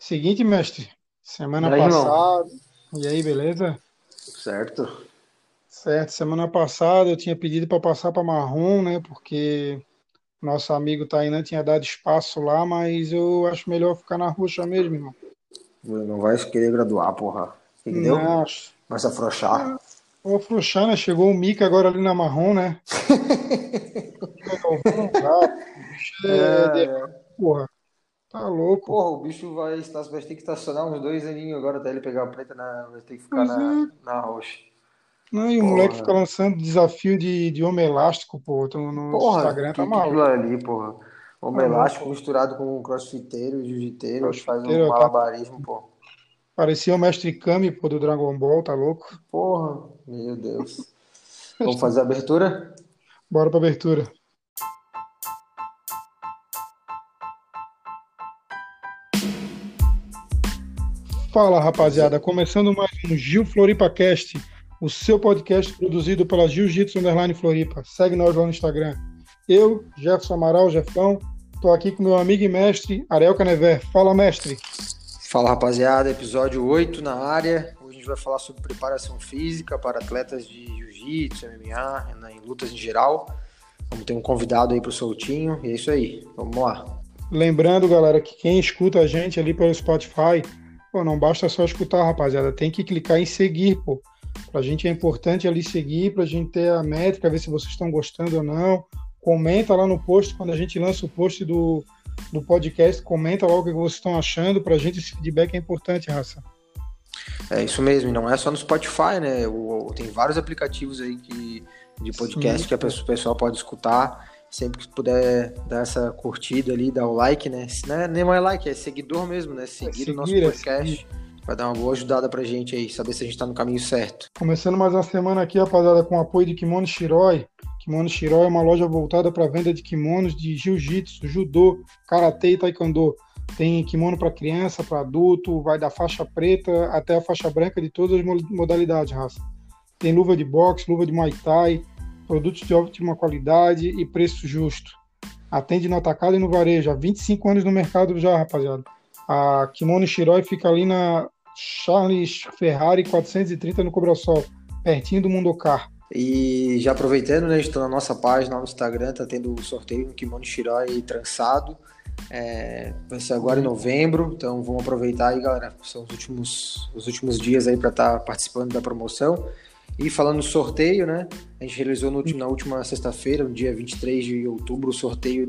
Seguinte, mestre, E semana aí, irmão? passada, e aí, beleza? Certo. Certo, semana passada eu tinha pedido para passar para marrom, né? Porque nosso amigo Tainan tinha dado espaço lá, mas eu acho melhor ficar na roxa mesmo, irmão. Não vai querer graduar, porra. O que que deu? Não, Vai se afrouxar. vou afrouxar, né? Chegou o Mika agora ali na marrom, né? Mika Galvão não dá, o bicho é de porra, tá louco. Porra, o bicho vai ter que estacionar uns 2 aninhos agora até ele pegar a preta, vai ter que ficar Pois na, é, na roxa. não, e o moleque fica Porra. lançando desafio de homem elástico, pô, no Porra, Instagram, tá que aquilo maluco, ali, porra. tá Homem elástico louco. misturado com um crossfiteiro, jiu-jiteiro, ele faz um Crossfiteiro, tá. malabarismo, pô. Parecia o Mestre Kami, pô, do Dragon Ball, tá louco? Porra, meu Deus. Vamos fazer a abertura? Bora pra abertura. Fala, rapaziada. Começando mais um Gil Floripa Cast, o seu podcast produzido pela Jiu-Jitsu Underline Floripa. Segue nós lá no Instagram. Eu, Jefferson Amaral, Jefão, tô aqui com meu amigo e mestre, Ariel Canever. Fala, mestre. Fala rapaziada, episódio 8 na área. Hoje a gente vai falar sobre preparação física para atletas de jiu-jitsu, MMA, em lutas em geral. Vamos ter um convidado aí pro Soltinho e é isso aí. Vamos lá. Lembrando, galera, que quem escuta a gente ali pelo Spotify, pô, não basta só escutar, rapaziada. Tem que clicar em seguir, pô. Pra gente é importante ali seguir, pra gente ter a métrica, ver se vocês estão gostando ou não. Comenta lá no post, quando a gente lança o post do podcast, comenta lá o que vocês estão achando. Pra gente esse feedback é importante, raça. É isso mesmo, e não é só no Spotify, né? Tem vários aplicativos aí de Sim, podcast que pô. o pessoal pode escutar. Sempre que puder dar essa curtida ali, dar o like, né? Se não é, nem mais like, é seguidor mesmo, né? É Seguir o nosso seguir, é seguir. podcast. Vai dar uma boa ajudada pra gente aí, saber se a gente tá no caminho certo. Começando mais uma semana aqui, rapaziada, com o apoio de Kimono Shiroi. Kimono Shiroi é uma loja voltada para venda de kimonos de jiu-jitsu, judô, karatê e taekwondo. Tem kimono para criança, para adulto, vai da faixa preta até a faixa branca de todas as modalidades, raça. Tem luva de boxe, luva de muay thai, produtos de ótima qualidade e preço justo. Atende no atacado e no varejo. Há 25 anos no mercado já, rapaziada. A Kimono Shiroi fica ali na Charles Ferrari 430 no Cobrasol, pertinho do Mundocar. E já aproveitando, né, a gente tá na nossa página lá no Instagram, tá tendo o sorteio no kimono Shiroi trançado. Vai ser agora em novembro, então vamos aproveitar aí, galera. São os últimos dias aí para estar participando da promoção. E falando no sorteio, né? A gente realizou na última sexta-feira, no dia 23 de outubro, o sorteio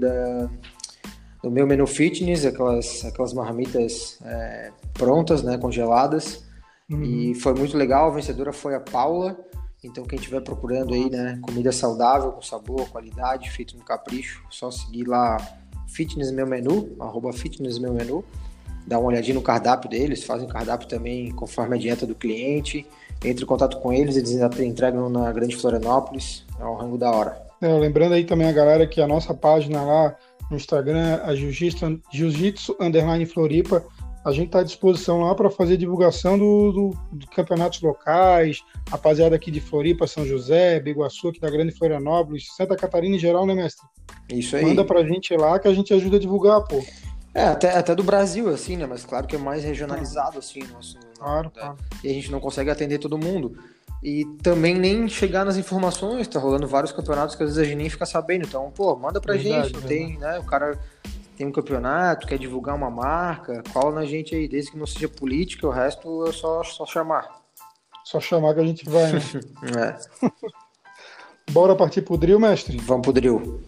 do meu menu fitness, aquelas marmitas prontas, né, congeladas. E Uhum. foi muito legal, a vencedora foi a Paula. Então quem estiver procurando aí, Nossa. né, comida saudável, com sabor, qualidade, feito no capricho, só seguir lá Fitness Meu Menu, @Fitness Meu Menu, dá uma olhadinha no cardápio deles, fazem cardápio também conforme a dieta do cliente, entre em contato com eles, eles entregam na Grande Florianópolis, é um rango da hora. Lembrando aí também a galera que a nossa página lá no Instagram, a Jiu-Jitsu Underline Floripa, a gente está à disposição lá para fazer divulgação do campeonatos locais, rapaziada aqui de Floripa, São José, Biguaçu, aqui da Grande Florianópolis, Santa Catarina em geral, né, mestre? Isso Manda aí. pra gente lá que a gente ajuda a divulgar, pô. Até do Brasil, assim, né? Mas claro que é mais regionalizado, assim, Claro, claro. e a gente não consegue atender todo mundo. E também nem chegar nas informações, tá rolando vários campeonatos que às vezes a gente nem fica sabendo. Então, pô, manda pra gente, Verdade, não verdade. tem, né? O cara tem um campeonato, quer divulgar uma marca, cola na gente aí, desde que não seja política, o resto é só chamar. Só chamar que a gente vai, né? É, Bora partir pro drill, mestre? vamos pro drill.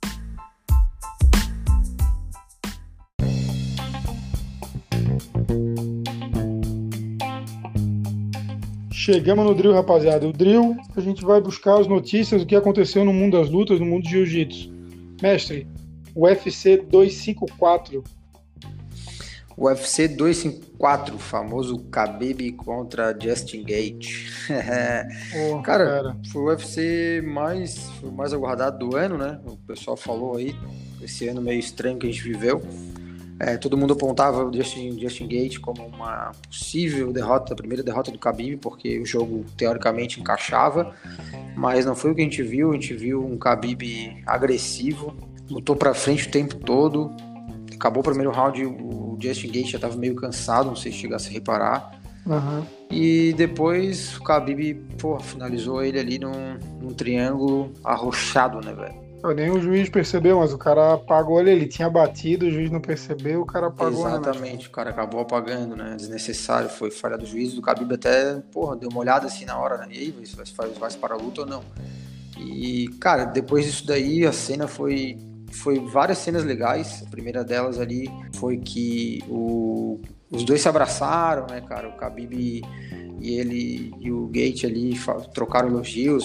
Chegamos no drill, rapaziada. O drill, a gente vai buscar as notícias do que aconteceu no mundo das lutas, no mundo do jiu-jitsu. Mestre, UFC 254. UFC 254, famoso Khabib contra Justin Gaethje. Ô, Cara, cara, foi o foi o mais aguardado do ano, né? O pessoal falou aí, esse ano meio estranho que a gente viveu. Todo mundo apontava o Justin Gaethje como uma possível derrota, a primeira derrota do Khabib, porque o jogo teoricamente encaixava, mas não foi o que a gente viu um Khabib agressivo, lutou pra frente o tempo todo, acabou o primeiro round, o O Justin Gaethje já tava meio cansado, não sei se chegasse a reparar. Aham. E depois o Khabib, finalizou ele ali num triângulo arrochado, né, velho? Nem o juiz percebeu, mas o cara apagou ele tinha batido, o juiz não percebeu, o cara apagou, né? Exatamente, o cara acabou apagando, né? Desnecessário, foi falha do juiz. O Khabib até, deu uma olhada assim na hora, né? E aí, vai para a luta ou não? E, cara, depois disso daí, a cena foi várias cenas legais. A primeira delas ali foi que os dois se abraçaram, né, cara? O Khabib e ele e o Gaethje ali trocaram elogios.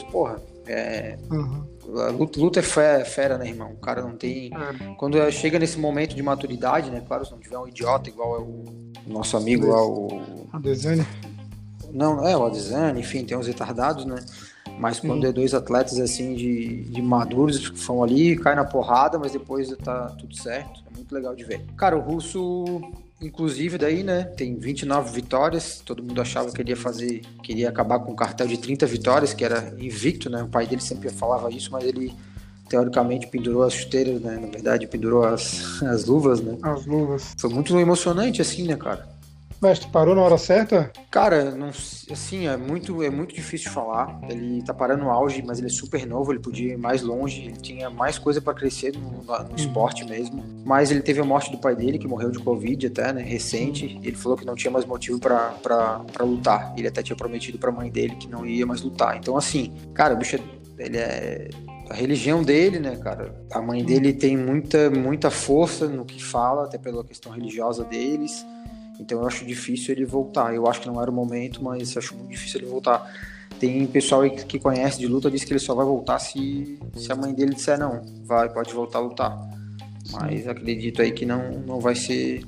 A luta é fera, né, irmão? O cara não tem... Quando chega nesse momento de maturidade, né? Claro, se não tiver um idiota igual é o nosso amigo lá, o Adesanya. Não, o Adesanya, enfim, tem uns retardados, né? Mas quando é dois atletas assim de maduros que vão ali, cai na porrada, mas depois tá tudo certo. É muito legal de ver. Cara, o russo, inclusive, daí, né, tem 29 vitórias. Todo mundo achava que ele queria acabar com um cartel de 30 vitórias, que era invicto, né? O pai dele sempre falava isso, mas ele teoricamente pendurou as chuteiras, né? Na verdade, pendurou as luvas, né? As luvas. Foi muito emocionante, assim, né, cara? Mas tu parou na hora certa? Cara, não, assim, é muito difícil de falar. Ele tá parando no auge, mas ele é super novo, ele podia ir mais longe, ele tinha mais coisa pra crescer no esporte mesmo. Mas ele teve a morte do pai dele, que morreu de Covid até, né, recente. Ele falou que não tinha mais motivo pra lutar. Ele até tinha prometido pra mãe dele que não ia mais lutar. Então, assim, cara, o bicho, ele é... A religião dele, né, cara? A mãe dele tem muita força no que fala, até pela questão religiosa deles. Então eu acho difícil ele voltar. Eu acho que não era o momento, mas acho muito difícil ele voltar. Tem pessoal aí que conhece de luta, diz que ele só vai voltar se a mãe dele disser não. Pode voltar a lutar. Mas acredito aí que não vai ser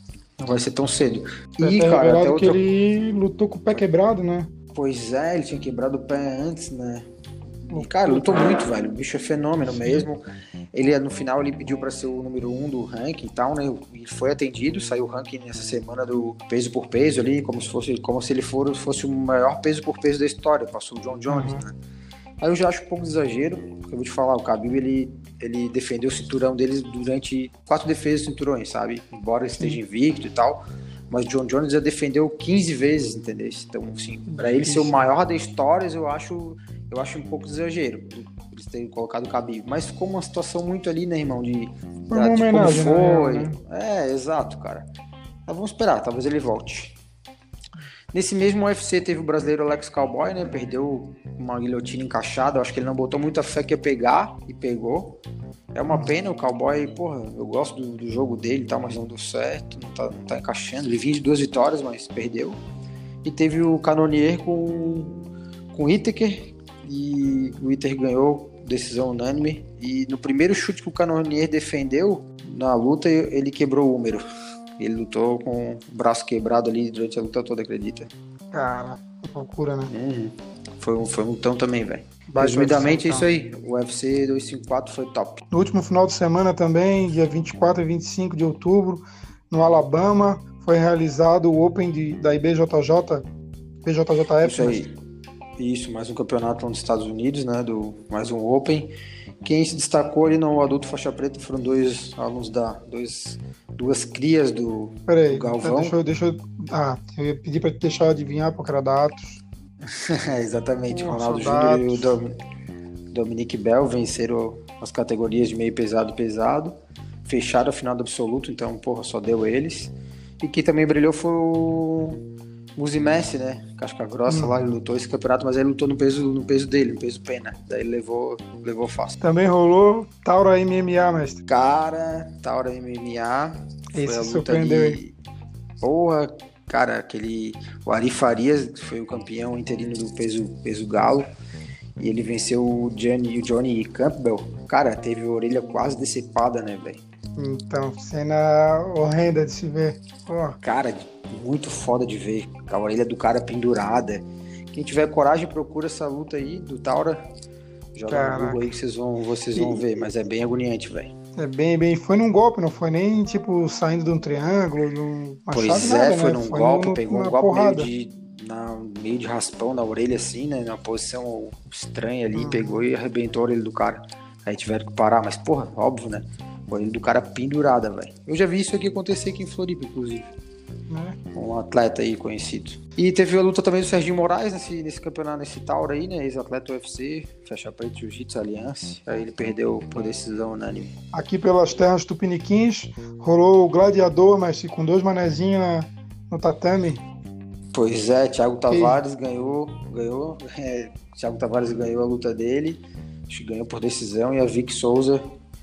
tão cedo. E, cara, até que ele lutou com o pé quebrado, né? Pois é, ele tinha quebrado o pé antes, né? E, cara, lutou muito, velho. O bicho é fenômeno mesmo. Ele, no final, ele pediu pra ser o número 1 do ranking e tal, né? E foi atendido, saiu o ranking nessa semana do peso por peso ali, como se ele fosse o maior peso por peso da história. Passou o John Jones, né? Aí eu já acho um pouco de exagero, porque eu vou te falar, o Khabib, ele defendeu o cinturão dele durante 4 defesas de cinturões, sabe? Embora ele esteja invicto e tal, mas o John Jones já defendeu 15 vezes, entendeu? Então, assim, pra ele ser o maior da história, eu acho um pouco de exagero eles terem colocado o Khabib, mas ficou uma situação muito ali, né, irmão, de como foi, né? Exato, cara. Mas vamos esperar, talvez ele volte. Nesse mesmo UFC teve o brasileiro Alex Cowboy, né, perdeu uma guilhotina encaixada, eu acho que ele não botou muita fé que ia pegar, e pegou. É uma pena, o Cowboy, eu gosto do jogo dele e tal, mas não deu certo, não tá encaixando, ele vinha de 2 vitórias, mas perdeu. E teve o Cannonier com o Whittaker, e o Whittaker ganhou decisão unânime, e no primeiro chute que o Cannonier defendeu na luta, ele quebrou o húmero. Ele lutou com o braço quebrado ali durante a luta toda, acredita? Cara, loucura, né? Foi um lutão também, velho. Resumidamente é isso aí, o UFC 254 foi top. No último final de semana também, dia 24 e 25 de outubro, no Alabama, foi realizado o Open da IBJJF. Isso aí. Isso, mais um campeonato lá nos Estados Unidos, né? Mais um Open. Quem se destacou ali no adulto faixa preta foram 2 alunos duas crias do Galvão. Eu ia pedir pra te deixar adivinhar porque era da Atos. Exatamente, Ronaldo Júnior e o Dominique Bell venceram as categorias de meio pesado e pesado. Fecharam a final do absoluto, então, só deu eles. E quem também brilhou foi o Muzi Messi, né? Casca grossa lá, ele lutou esse campeonato, mas ele lutou no peso dele, no peso pena. Daí ele levou fácil. Também rolou Taura MMA, mestre. Cara, Taura MMA. Esse foi a luta surpreendeu ali. Porra, cara, o Ari Farias foi o campeão interino do peso galo. E ele venceu o Johnny Campbell. Cara, teve a orelha quase decepada, né, velho? Então, cena horrenda de se ver. Cara, muito foda de ver. A orelha do cara pendurada. Quem tiver coragem, procura essa luta aí do Taura. Joga no Google aí que vocês vão ver. Mas é bem agoniante, velho. É bem. Foi num golpe, não foi nem tipo saindo de um triângulo. Pois é, foi num golpe. Pegou um golpe meio de raspão na orelha, assim, né? Numa posição estranha ali. Pegou e arrebentou a orelha do cara. Aí tiveram que parar. Mas, óbvio, né? Orelha do cara pendurada, velho. Eu já vi isso aqui acontecer aqui em Floripa, inclusive. Um atleta aí conhecido. E teve a luta também do Serginho Moraes nesse campeonato, nesse Tauro aí, né? Ex-atleta UFC, faixa preta, Jiu-Jitsu, Aliança. Aí ele perdeu por decisão unânime. Aqui pelas terras tupiniquins, rolou o gladiador, mas com 2 manezinhos no tatame. Pois é, Thiago Tavares ganhou. Thiago Tavares ganhou a luta dele. Acho que ganhou por decisão. E a Vic Souza,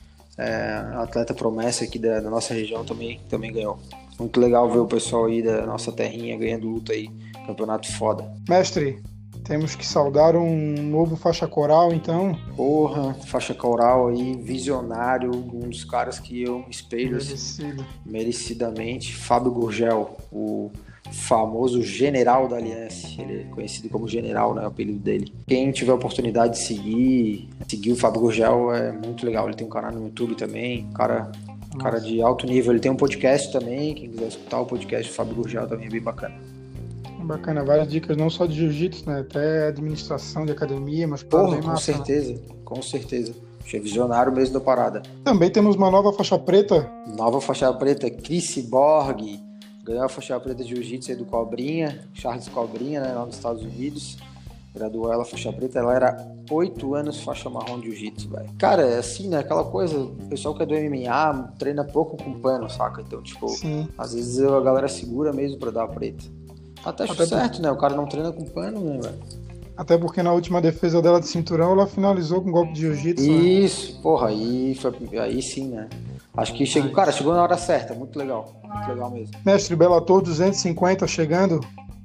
atleta promessa aqui da nossa região, também ganhou. Muito legal ver o pessoal aí da nossa terrinha ganhando luta aí. Campeonato foda. Mestre, temos que saudar um novo faixa coral, então. Porra, faixa coral aí, visionário, um dos caras que eu me espelho merecidamente. Fábio Gurgel, o famoso general da Aliança. Ele é conhecido como general, né? O apelido dele. Quem tiver a oportunidade de seguir o Fábio Gurgel é muito legal. Ele tem um canal no YouTube também, cara de alto nível. Ele tem um podcast também, quem quiser escutar o podcast do Fábio Gurgel também é bem bacana. Bacana, várias dicas, não só de jiu-jitsu, né? Até administração de academia, mas porra, bem com massa, certeza, né? Com certeza. Achei visionário mesmo da parada. Também temos uma nova faixa preta. Nova faixa preta, Chris Borg. Ganhou a faixa preta de jiu-jitsu aí do Cobrinha, Charles Cobrinha, né? Lá nos Estados Unidos. Graduou ela faixa preta, ela era 8 anos faixa marrom de jiu-jitsu, velho. Cara, é assim, né? Aquela coisa, o pessoal que é do MMA treina pouco com pano, saca? Então, tipo, sim, às vezes a galera segura mesmo pra dar a preta. Até certo, né? O cara não treina com pano, né, velho? Até porque na última defesa dela de cinturão, ela finalizou com um golpe de jiu-jitsu. Isso, né? Porra, aí sim, né? Acho que chegou na hora certa, muito legal mesmo. Mestre, Bellator 250 chegando.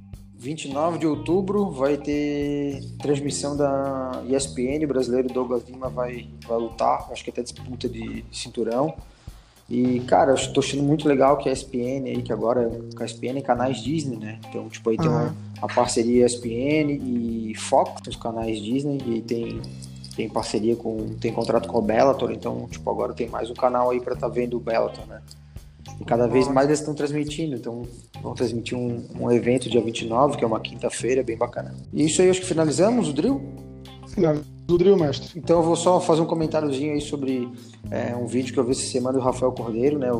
29 de outubro vai ter transmissão da ESPN, o brasileiro Douglas Lima vai lutar, acho que até disputa de cinturão. E, cara, eu tô achando muito legal que a ESPN aí, que agora a ESPN é canais Disney, né? Então, tipo, aí tem a parceria ESPN e Fox, os canais Disney, e tem parceria tem contrato com o Bellator, então, tipo, agora tem mais um canal aí pra tá vendo o Bellator, né? E cada vez mais eles estão transmitindo, então vão transmitir um evento dia 29, que é uma quinta-feira, bem bacana. E isso aí, acho que finalizamos o drill? Finalizamos o drill, mestre. Então eu vou só fazer um comentáriozinho aí sobre um vídeo que eu vi essa semana do Rafael Cordeiro, né,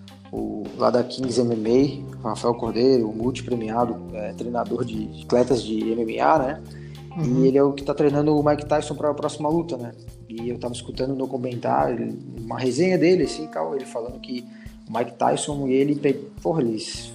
lá da Kings MMA, Rafael Cordeiro, multi-premiado, treinador de atletas de MMA, né, e ele é o que tá treinando o Mike Tyson para a próxima luta, né, e eu tava escutando no comentário, uma resenha dele, assim, ele falando que o Mike Tyson e ele, porra, eles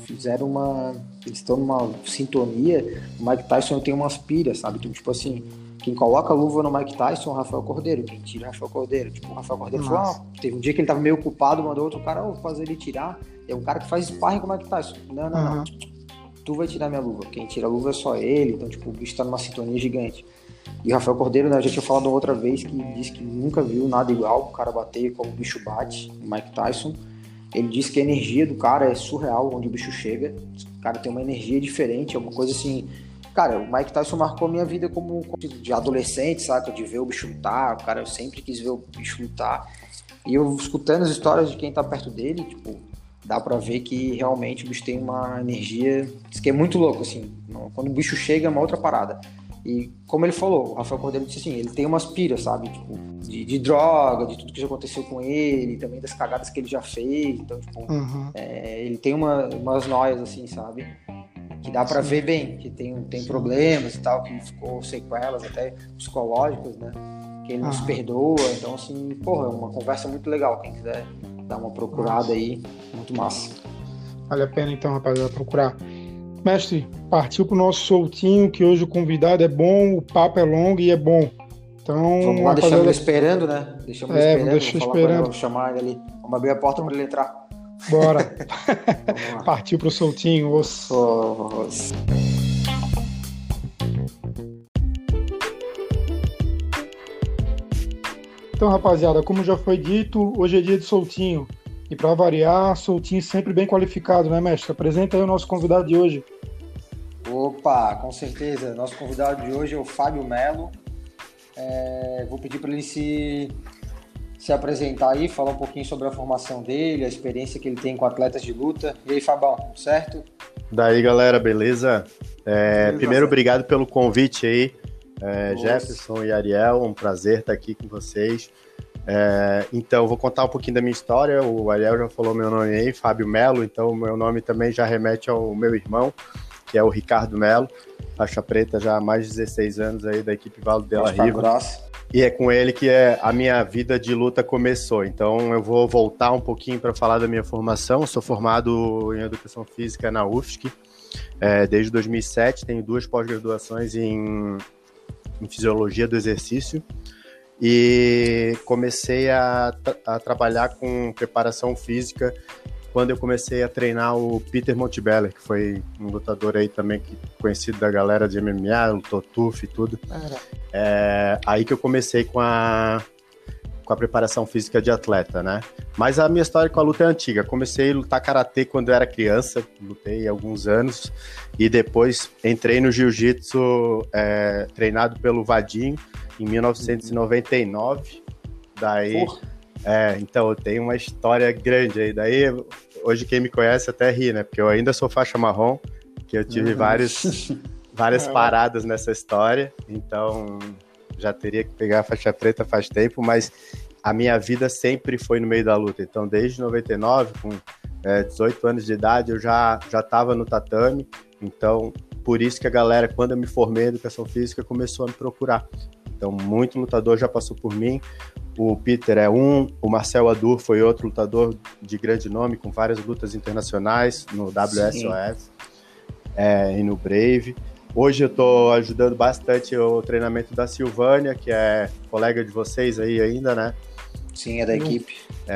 estão numa sintonia. O Mike Tyson tem umas piras, sabe? Então, tipo assim, quem coloca a luva no Mike Tyson é o Rafael Cordeiro, quem tira é o Rafael Cordeiro. Tipo, o Rafael Cordeiro falou, teve um dia que ele tava meio ocupado, mandou outro cara, vou fazer ele tirar. É um cara que faz sparring com o Mike Tyson. Não. Tu vai tirar minha luva. Quem tira a luva é só ele. Então, tipo, o bicho tá numa sintonia gigante. E o Rafael Cordeiro, né, eu já tinha falado outra vez que disse que nunca viu nada igual. O cara bater como o bicho bate, o Mike Tyson. Ele disse que a energia do cara é surreal onde o bicho chega. O cara tem uma energia diferente, é uma coisa assim... Cara, o Mike Tyson marcou a minha vida como de adolescente, saca? De ver o bicho lutar. Cara, eu sempre quis ver o bicho lutar. E eu escutando as histórias de quem tá perto dele, tipo, dá pra ver que realmente o bicho tem uma energia... Diz que é muito louco, assim. Quando o bicho chega é uma outra parada. E como ele falou, o Rafael Cordeiro disse assim, ele tem umas piras, sabe? Tipo, de droga, de tudo que já aconteceu com ele, também das cagadas que ele já fez. Então, tipo, ele tem umas noias, assim, sabe? Que dá pra ver bem, que tem problemas e tal, que ficou sequelas até psicológicas, né? Que ele não se perdoa. Então, assim, porra, é uma conversa muito legal. Quem quiser dar uma procurada aí, muito massa. Vale a pena, então, rapaziada, procurar. Mestre, partiu pro nosso soltinho, que hoje o convidado é bom, o papo é longo e é bom. Então, vamos lá, deixamos ele esperando, né? Deixamos ele esperando. Vamos chamar ele ali. Vamos abrir a porta para ele entrar. Bora. Partiu pro soltinho. Então, rapaziada, como já foi dito, hoje é dia de soltinho. E para variar, soltinho sempre bem qualificado, né, mestre? Apresenta aí o nosso convidado de hoje. Opa, com certeza. Nosso convidado de hoje é o Fábio Melo. Vou pedir para ele se apresentar aí, falar um pouquinho sobre a formação dele, a experiência que ele tem com atletas de luta. E aí, Fabão, certo? Daí, galera, beleza? Primeiro, obrigado pelo convite aí, Jefferson e Ariel. Um prazer estar aqui com vocês. Então, vou contar um pouquinho da minha história. O Ariel já falou meu nome aí, Fábio Melo, então meu nome também já remete ao meu irmão, que é o Ricardo Melo, faixa preta já há mais de 16 anos aí da equipe Vale de la Riva. E é com ele que a minha vida de luta começou. Então eu vou voltar um pouquinho para falar da minha formação. Sou formado em Educação Física na UFSC desde 2007. Tenho 2 pós-graduações em Fisiologia do Exercício. E comecei a trabalhar com preparação física quando eu comecei a treinar o Peter Montebeller, que foi um lutador aí também conhecido da galera de MMA, lutou TUF e tudo. Aí que eu comecei com a preparação física de atleta, né? Mas a minha história com a luta é antiga. Comecei a lutar karatê quando eu era criança, lutei alguns anos, e depois entrei no jiu-jitsu treinado pelo Vadinho em 1999. Daí... então eu tenho uma história grande aí. Daí, hoje quem me conhece até ri, né? Porque eu ainda sou faixa marrom, que eu tive várias paradas nessa história. Então, já teria que pegar a faixa preta faz tempo, mas a minha vida sempre foi no meio da luta. Então, desde 99, com 18 anos de idade, eu já estava no tatame. Então, por isso que a galera, quando eu me formei em Educação Física, começou a me procurar. Então, muito lutador já passou por mim. O Peter é o Marcel Adur foi outro lutador de grande nome, com várias lutas internacionais no WSOF e no Brave. Hoje eu estou ajudando bastante o treinamento da Silvânia, que é colega de vocês aí ainda, né? Sim, é da equipe.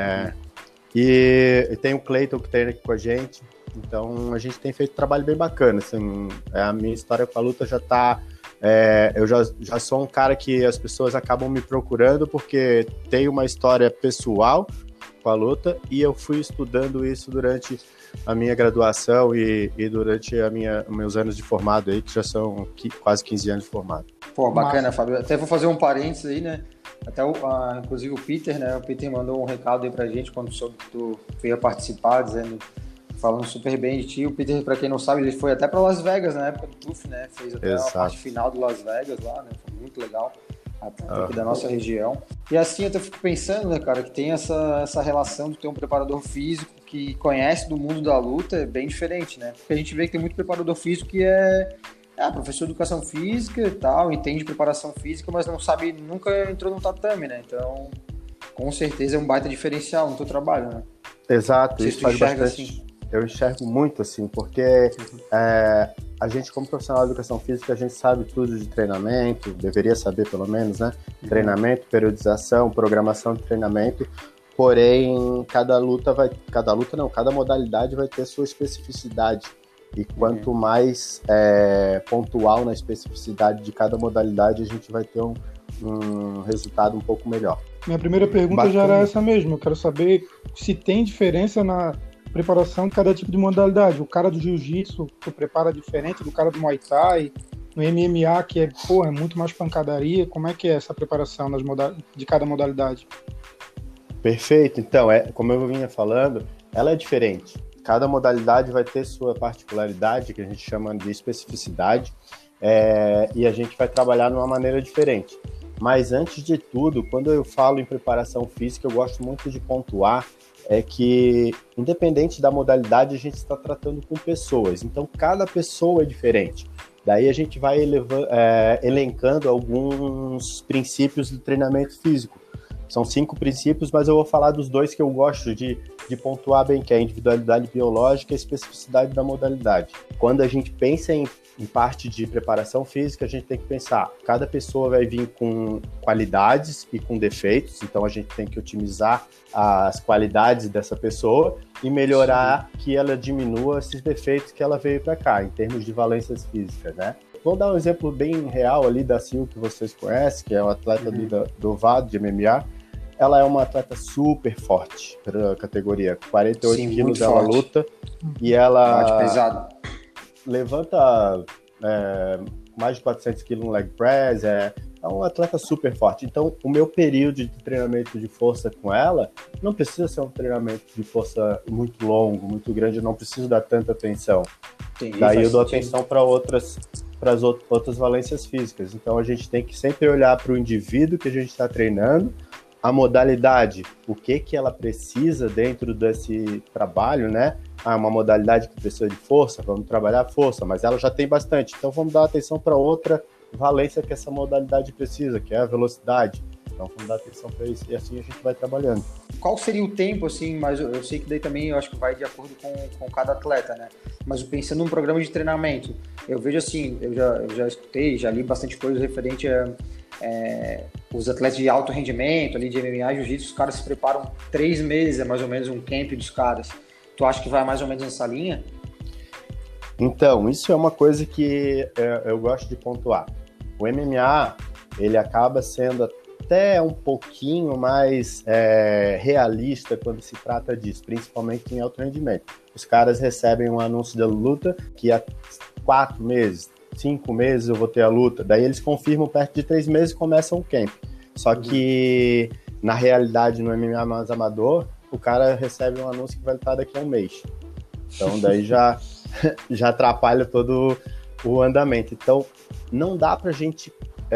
E tem o Cleiton que treina aqui com a gente. Então, a gente tem feito um trabalho bem bacana. Assim, a minha história com a luta já está... eu já sou um cara que as pessoas acabam me procurando porque tem uma história pessoal com a luta, e eu fui estudando isso durante a minha graduação e durante meus anos de formado aí, que já são quase 15 anos de formado. Pô, bacana, Fábio. Até vou fazer um parênteses aí, né? Até inclusive o Peter, né? O Peter mandou um recado aí pra gente quando soube que tu veio participar, falando super bem de ti. O Peter, pra quem não sabe, ele foi até pra Las Vegas na época do TUF, né? Fez até a parte final do Las Vegas lá, né? Foi muito legal. Aqui da nossa região. E assim, eu fico pensando, né, cara, que tem essa relação de ter um preparador físico que conhece do mundo da luta, é bem diferente, né? Porque a gente vê que tem muito preparador físico que é professor de educação física e tal, entende preparação física, mas não sabe, nunca entrou no tatame, né? Então, com certeza é um baita diferencial no teu trabalho, né? Exato, isso faz bastante. Assim. Eu enxergo muito assim, porque a gente, como profissional de educação física, a gente sabe tudo de treinamento, deveria saber pelo menos, né? Treinamento, periodização, programação de treinamento, porém, cada modalidade vai ter sua especificidade. E quanto mais pontual na especificidade de cada modalidade, a gente vai ter um resultado um pouco melhor. Minha primeira pergunta já era essa mesmo. Eu quero saber se tem diferença na preparação de cada tipo de modalidade. O cara do jiu-jitsu tu prepara diferente do cara do Muay Thai, no MMA, que é muito mais pancadaria. Como é que é essa preparação de cada modalidade? Perfeito. Então, como eu vinha falando, ela é diferente. Cada modalidade vai ter sua particularidade, que a gente chama de especificidade, e a gente vai trabalhar de uma maneira diferente. Mas, antes de tudo, quando eu falo em preparação física, eu gosto muito de pontuar que, independente da modalidade, a gente está tratando com pessoas. Então, cada pessoa é diferente. Daí a gente vai elencando alguns princípios do treinamento físico. São 5 princípios, mas eu vou falar dos 2 que eu gosto de pontuar bem, que é a individualidade biológica e a especificidade da modalidade. Quando a gente pensa em parte de preparação física, a gente tem que pensar, cada pessoa vai vir com qualidades e com defeitos, então a gente tem que otimizar as qualidades dessa pessoa e melhorar que ela diminua esses defeitos que ela veio para cá, em termos de valências físicas, né? Vou dar um exemplo bem real ali da Sil, que vocês conhecem, que é uma atleta do VAD, de MMA. Ela é uma atleta super forte para a categoria, 48 quilos ela luta, e ela levanta mais de 400 quilos no leg press, é uma atleta super forte. Então, o meu período de treinamento de força com ela não precisa ser um treinamento de força muito longo, muito grande, eu não preciso dar tanta atenção. Daí eu dou atenção para as outras valências físicas. Então, a gente tem que sempre olhar para o indivíduo que a gente está treinando a modalidade, o que ela precisa dentro desse trabalho, né? Uma modalidade que precisa de força, vamos trabalhar a força, mas ela já tem bastante, então vamos dar atenção para outra valência que essa modalidade precisa, que é a velocidade. Então vamos dar atenção para isso e assim a gente vai trabalhando. Qual seria o tempo, assim, mas eu sei que daí também eu acho que vai de acordo com cada atleta, né? Mas pensando num programa de treinamento, eu vejo assim, eu já escutei, já li bastante coisa referente a os atletas de alto rendimento, ali de MMA e jiu-jitsu, os caras se preparam 3 meses, é mais ou menos um camp dos caras. Tu acha que vai mais ou menos nessa linha? Então, isso é uma coisa que eu gosto de pontuar. O MMA, ele acaba sendo até um pouquinho mais realista quando se trata disso, principalmente em alto rendimento. Os caras recebem um anúncio da luta que há 4 meses, 5 meses eu vou ter a luta, daí eles confirmam perto de 3 meses e começam o camp. Só que, na realidade, no MMA mais amador, o cara recebe um anúncio que vai lutar daqui a um mês. Então, daí já atrapalha todo o andamento. Então, não dá pra gente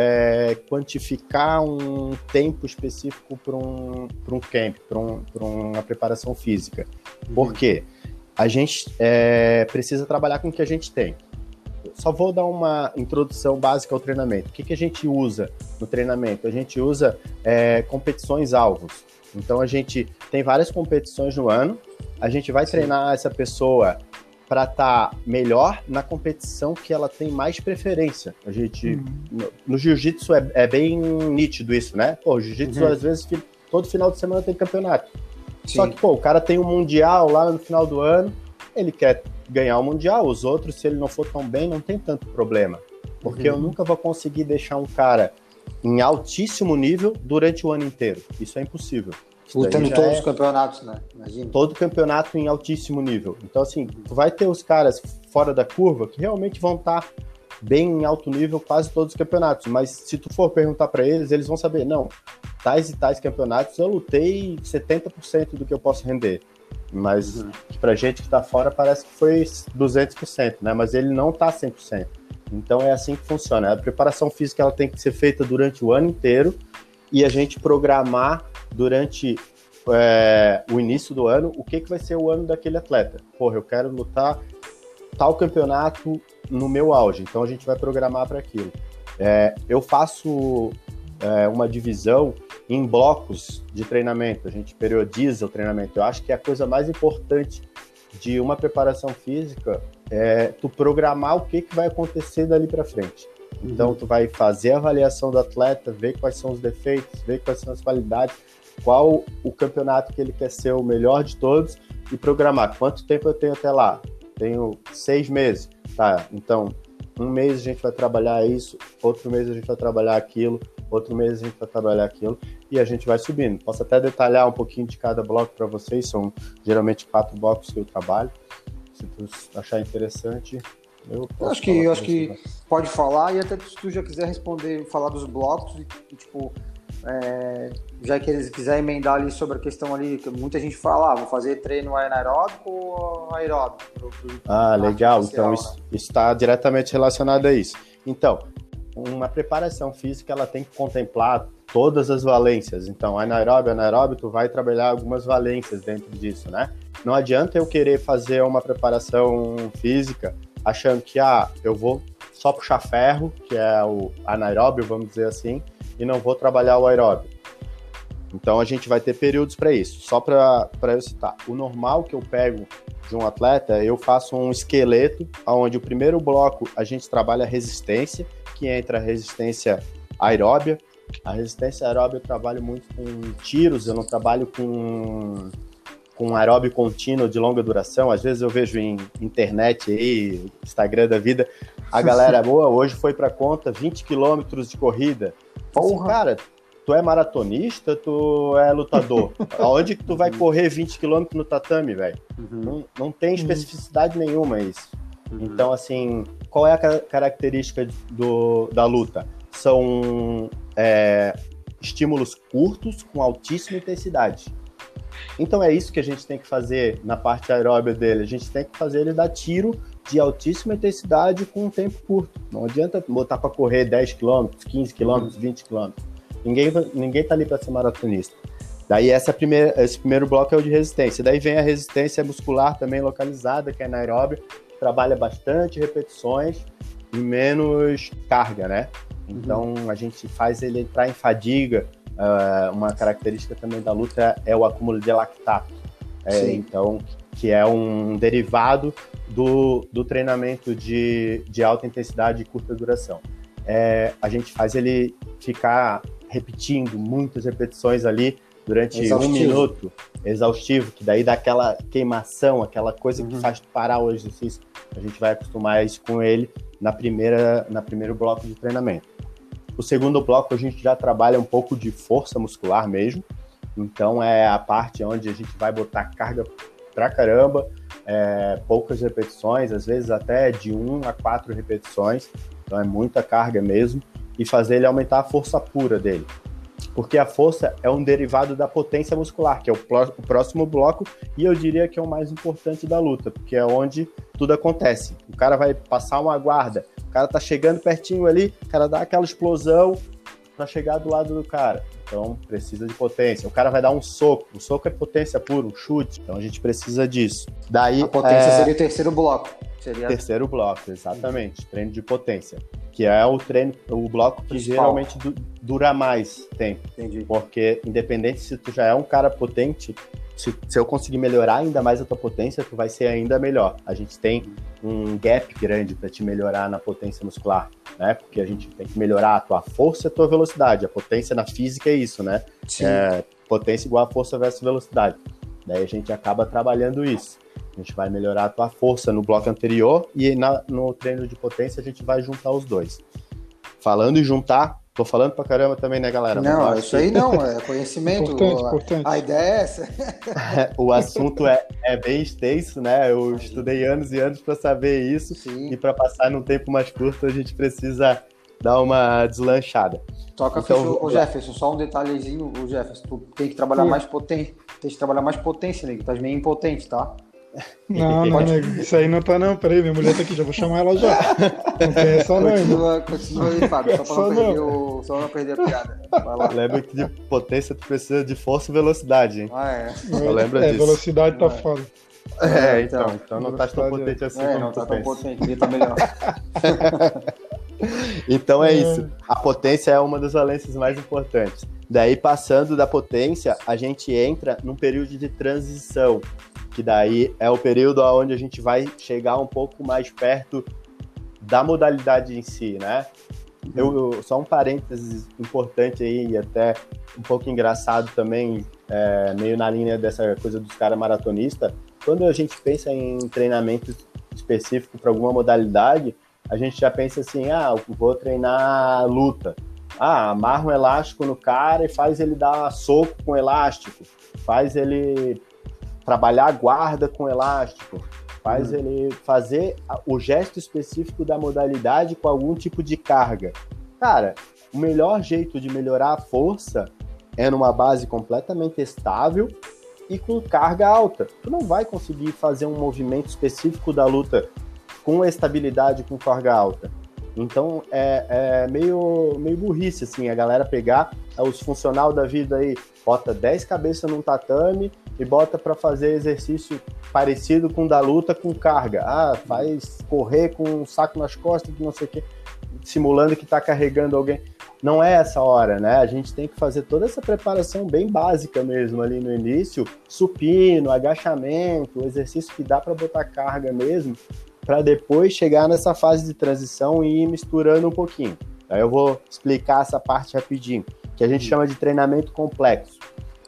quantificar um tempo específico para um camp, para uma preparação física. Por quê? A gente precisa trabalhar com o que a gente tem. Só vou dar uma introdução básica ao treinamento. O que a gente usa no treinamento? A gente usa competições-alvos. Então, a gente tem várias competições no ano, a gente vai treinar essa pessoa para estar melhor na competição que ela tem mais preferência. A gente, no jiu-jitsu é bem nítido isso, né? Pô, o jiu-jitsu, às vezes, todo final de semana tem campeonato. Sim. Só que, o cara tem um mundial lá no final do ano, ele quer ganhar o mundial, os outros, se ele não for tão bem, não tem tanto problema. Porque eu nunca vou conseguir deixar um cara em altíssimo nível durante o ano inteiro. Isso é impossível. Lutando todos os campeonatos, né? Imagina. Todo campeonato em altíssimo nível. Então, assim, tu vai ter os caras fora da curva que realmente vão estar bem em alto nível quase todos os campeonatos. Mas se tu for perguntar para eles, eles vão saber, não, tais e tais campeonatos eu lutei 70% do que eu posso render. Mas pra gente que tá fora parece que foi 200%, né? Mas ele não tá 100%. Então é assim que funciona. A preparação física ela tem que ser feita durante o ano inteiro e a gente programar durante o início do ano o que vai ser o ano daquele atleta. Porra, eu quero lutar tal campeonato no meu auge, então a gente vai programar para aquilo. Eu faço uma divisão em blocos de treinamento, a gente periodiza o treinamento. Eu acho que a coisa mais importante de uma preparação física é tu programar o que vai acontecer dali para frente. Então, tu vai fazer a avaliação do atleta, ver quais são os defeitos, ver quais são as qualidades, qual o campeonato que ele quer ser o melhor de todos e programar. Quanto tempo eu tenho até lá? Tenho 6 meses. Tá, então, um mês a gente vai trabalhar isso, outro mês a gente vai trabalhar aquilo, outro mês a gente vai trabalhar aquilo e a gente vai subindo. Posso até detalhar um pouquinho de cada bloco para vocês, são geralmente 4 blocos que eu trabalho. Se tu achar interessante... Eu acho que pode falar, e até se tu já quiser responder, falar dos blocos, e tipo, já que eles quiserem emendar ali sobre a questão ali, que muita gente fala, vou fazer treino anaeróbico ou aeróbico? Legal, então isso está diretamente relacionado a isso. Então, uma preparação física, ela tem que contemplar todas as valências. Então, anaeróbio, tu vai trabalhar algumas valências dentro disso, né? Não adianta eu querer fazer uma preparação física achando que eu vou só puxar ferro, que é o anaeróbio, vamos dizer assim, e não vou trabalhar o aeróbio. Então a gente vai ter períodos para isso. Só para eu citar, o normal que eu pego de um atleta, eu faço um esqueleto, onde o primeiro bloco a gente trabalha a resistência, que entra a resistência aeróbia. A resistência aeróbia eu trabalho muito com tiros, eu não trabalho com aeróbio contínuo de longa duração. Às vezes eu vejo em internet aí, Instagram da vida, a galera boa, hoje foi pra conta 20 quilômetros de corrida. Assim, cara, tu é maratonista, tu é lutador. Aonde que tu vai correr 20 quilômetros no tatame, velho? Não tem especificidade nenhuma isso. Então, assim, qual é a característica da luta? São estímulos curtos com altíssima intensidade. Então é isso que a gente tem que fazer na parte aeróbica dele. A gente tem que fazer ele dar tiro de altíssima intensidade com um tempo curto. Não adianta botar para correr 10 km, 15 km, 20 km. ninguém tá ali para ser maratonista. Daí esse primeiro bloco é o de resistência. Daí vem a resistência muscular também localizada, que é anaeróbio, que trabalha bastante repetições e menos carga, né? Então a gente faz ele entrar em fadiga. Uma característica também da luta é o acúmulo de lactato. Então, que é um derivado do treinamento de alta intensidade e curta duração. A gente faz ele ficar repetindo muitas repetições ali durante um minuto, exaustivo, que daí dá aquela queimação, aquela coisa que faz parar o exercício. A gente vai acostumar isso com ele no primeiro bloco de treinamento. O segundo bloco a gente já trabalha um pouco de força muscular mesmo, então é a parte onde a gente vai botar carga pra caramba, poucas repetições, às vezes até de 1 a 4 repetições, então é muita carga mesmo, e fazer ele aumentar a força pura dele. Porque a força é um derivado da potência muscular, que é o próximo bloco, e eu diria que é o mais importante da luta, porque é onde tudo acontece. O cara vai passar uma guarda, o cara tá chegando pertinho ali, o cara dá aquela explosão para chegar do lado do cara. Então, precisa de potência. O cara vai dar um soco. O soco é potência pura, um chute. Então, a gente precisa disso. Daí, a potência seria o terceiro bloco. Terceiro bloco, exatamente. Treino de potência. Que é o bloco que geralmente dura mais tempo. Entendi. Porque, independente se tu já é um cara potente, se eu conseguir melhorar ainda mais a tua potência, tu vai ser ainda melhor. A gente tem um gap grande para te melhorar na potência muscular, né? Porque a gente tem que melhorar a tua força e a tua velocidade. A potência na física é isso, né? Sim. Potência igual a força versus velocidade. Daí a gente acaba trabalhando isso. A gente vai melhorar a tua força no bloco anterior e no treino de potência a gente vai juntar os dois. Falando em juntar, tô falando pra caramba também, né, galera? Não, isso aí não, é conhecimento. Importante. A ideia é essa. O assunto é bem extenso, né? Eu estudei anos e anos para saber isso. Sim. E para passar num tempo mais curto a gente precisa dar uma deslanchada. Toca então, o Jefferson, só um detalhezinho, o Jefferson, tu tem que trabalhar mais potência, nego, tá meio impotente, tá? Não, nego, isso aí não tá não, peraí, minha mulher tá aqui, já vou chamar ela já. Não tem essa não. Continua aí, Fábio, só não perder a piada. Vai lá. Lembra que de potência tu precisa de força e velocidade, hein? Só lembra disso. Velocidade tá foda. Então não tá tão potente assim como não tu tá tão pensa. potente, devia tá melhor. Então é isso. A potência é uma das valências mais importantes. Daí, passando da potência, a gente entra num período de transição, que daí é o período onde a gente vai chegar um pouco mais perto da modalidade em si, né? Só um parênteses importante aí, e até um pouco engraçado também, meio na linha dessa coisa dos caras maratonistas. Quando a gente pensa em treinamento específico para alguma modalidade, a gente já pensa assim, eu vou treinar luta. Amarra um elástico no cara e faz ele dar soco com elástico. Faz ele trabalhar a guarda com elástico. Faz ele fazer o gesto específico da modalidade com algum tipo de carga. Cara, o melhor jeito de melhorar a força é numa base completamente estável e com carga alta. Tu não vai conseguir fazer um movimento específico da luta com estabilidade, com carga alta. Então, é meio burrice, assim, a galera pegar os funcional da vida aí, bota 10 cabeças num tatame e bota para fazer exercício parecido com o da luta com carga. Faz correr com um saco nas costas, não sei o quê, simulando que tá carregando alguém. Não é essa hora, né? A gente tem que fazer toda essa preparação bem básica mesmo ali no início, supino, agachamento, exercício que dá para botar carga mesmo, para depois chegar nessa fase de transição e ir misturando um pouquinho. Aí eu vou explicar essa parte rapidinho, que a gente chama de treinamento complexo.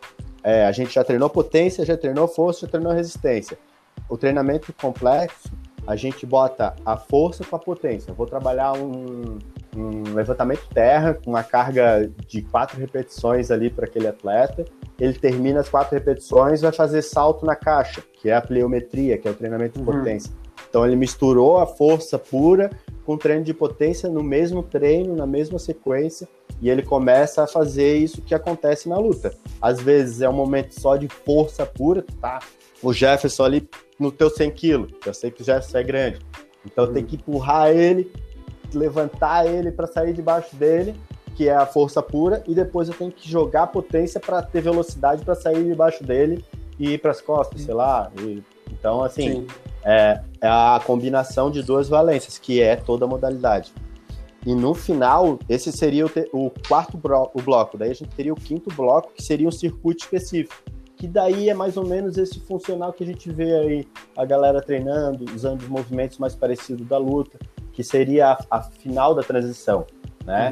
A gente já treinou potência, já treinou força, já treinou resistência. O treinamento complexo, a gente bota a força com a potência. Eu vou trabalhar um levantamento terra com uma carga de 4 repetições ali para aquele atleta. Ele termina as 4 repetições, vai fazer salto na caixa, que é a pliometria, que é o treinamento de potência. Então ele misturou a força pura com treino de potência no mesmo treino, na mesma sequência, e ele começa a fazer isso que acontece na luta. Às vezes é um momento só de força pura, tá? O Jefferson ali no teu 100 kg, eu sei que o Jefferson é grande, então tem que empurrar ele, levantar ele para sair debaixo dele, que é a força pura, e depois eu tenho que jogar potência para ter velocidade para sair debaixo dele e ir para as costas, sei lá. Então, assim, é a combinação de duas valências, que é toda a modalidade. E no final, esse seria o quarto bloco. Daí a gente teria o quinto bloco, que seria um circuito específico. Que daí é mais ou menos esse funcional que a gente vê aí, a galera treinando, usando os movimentos mais parecidos da luta, que seria a final da transição, né?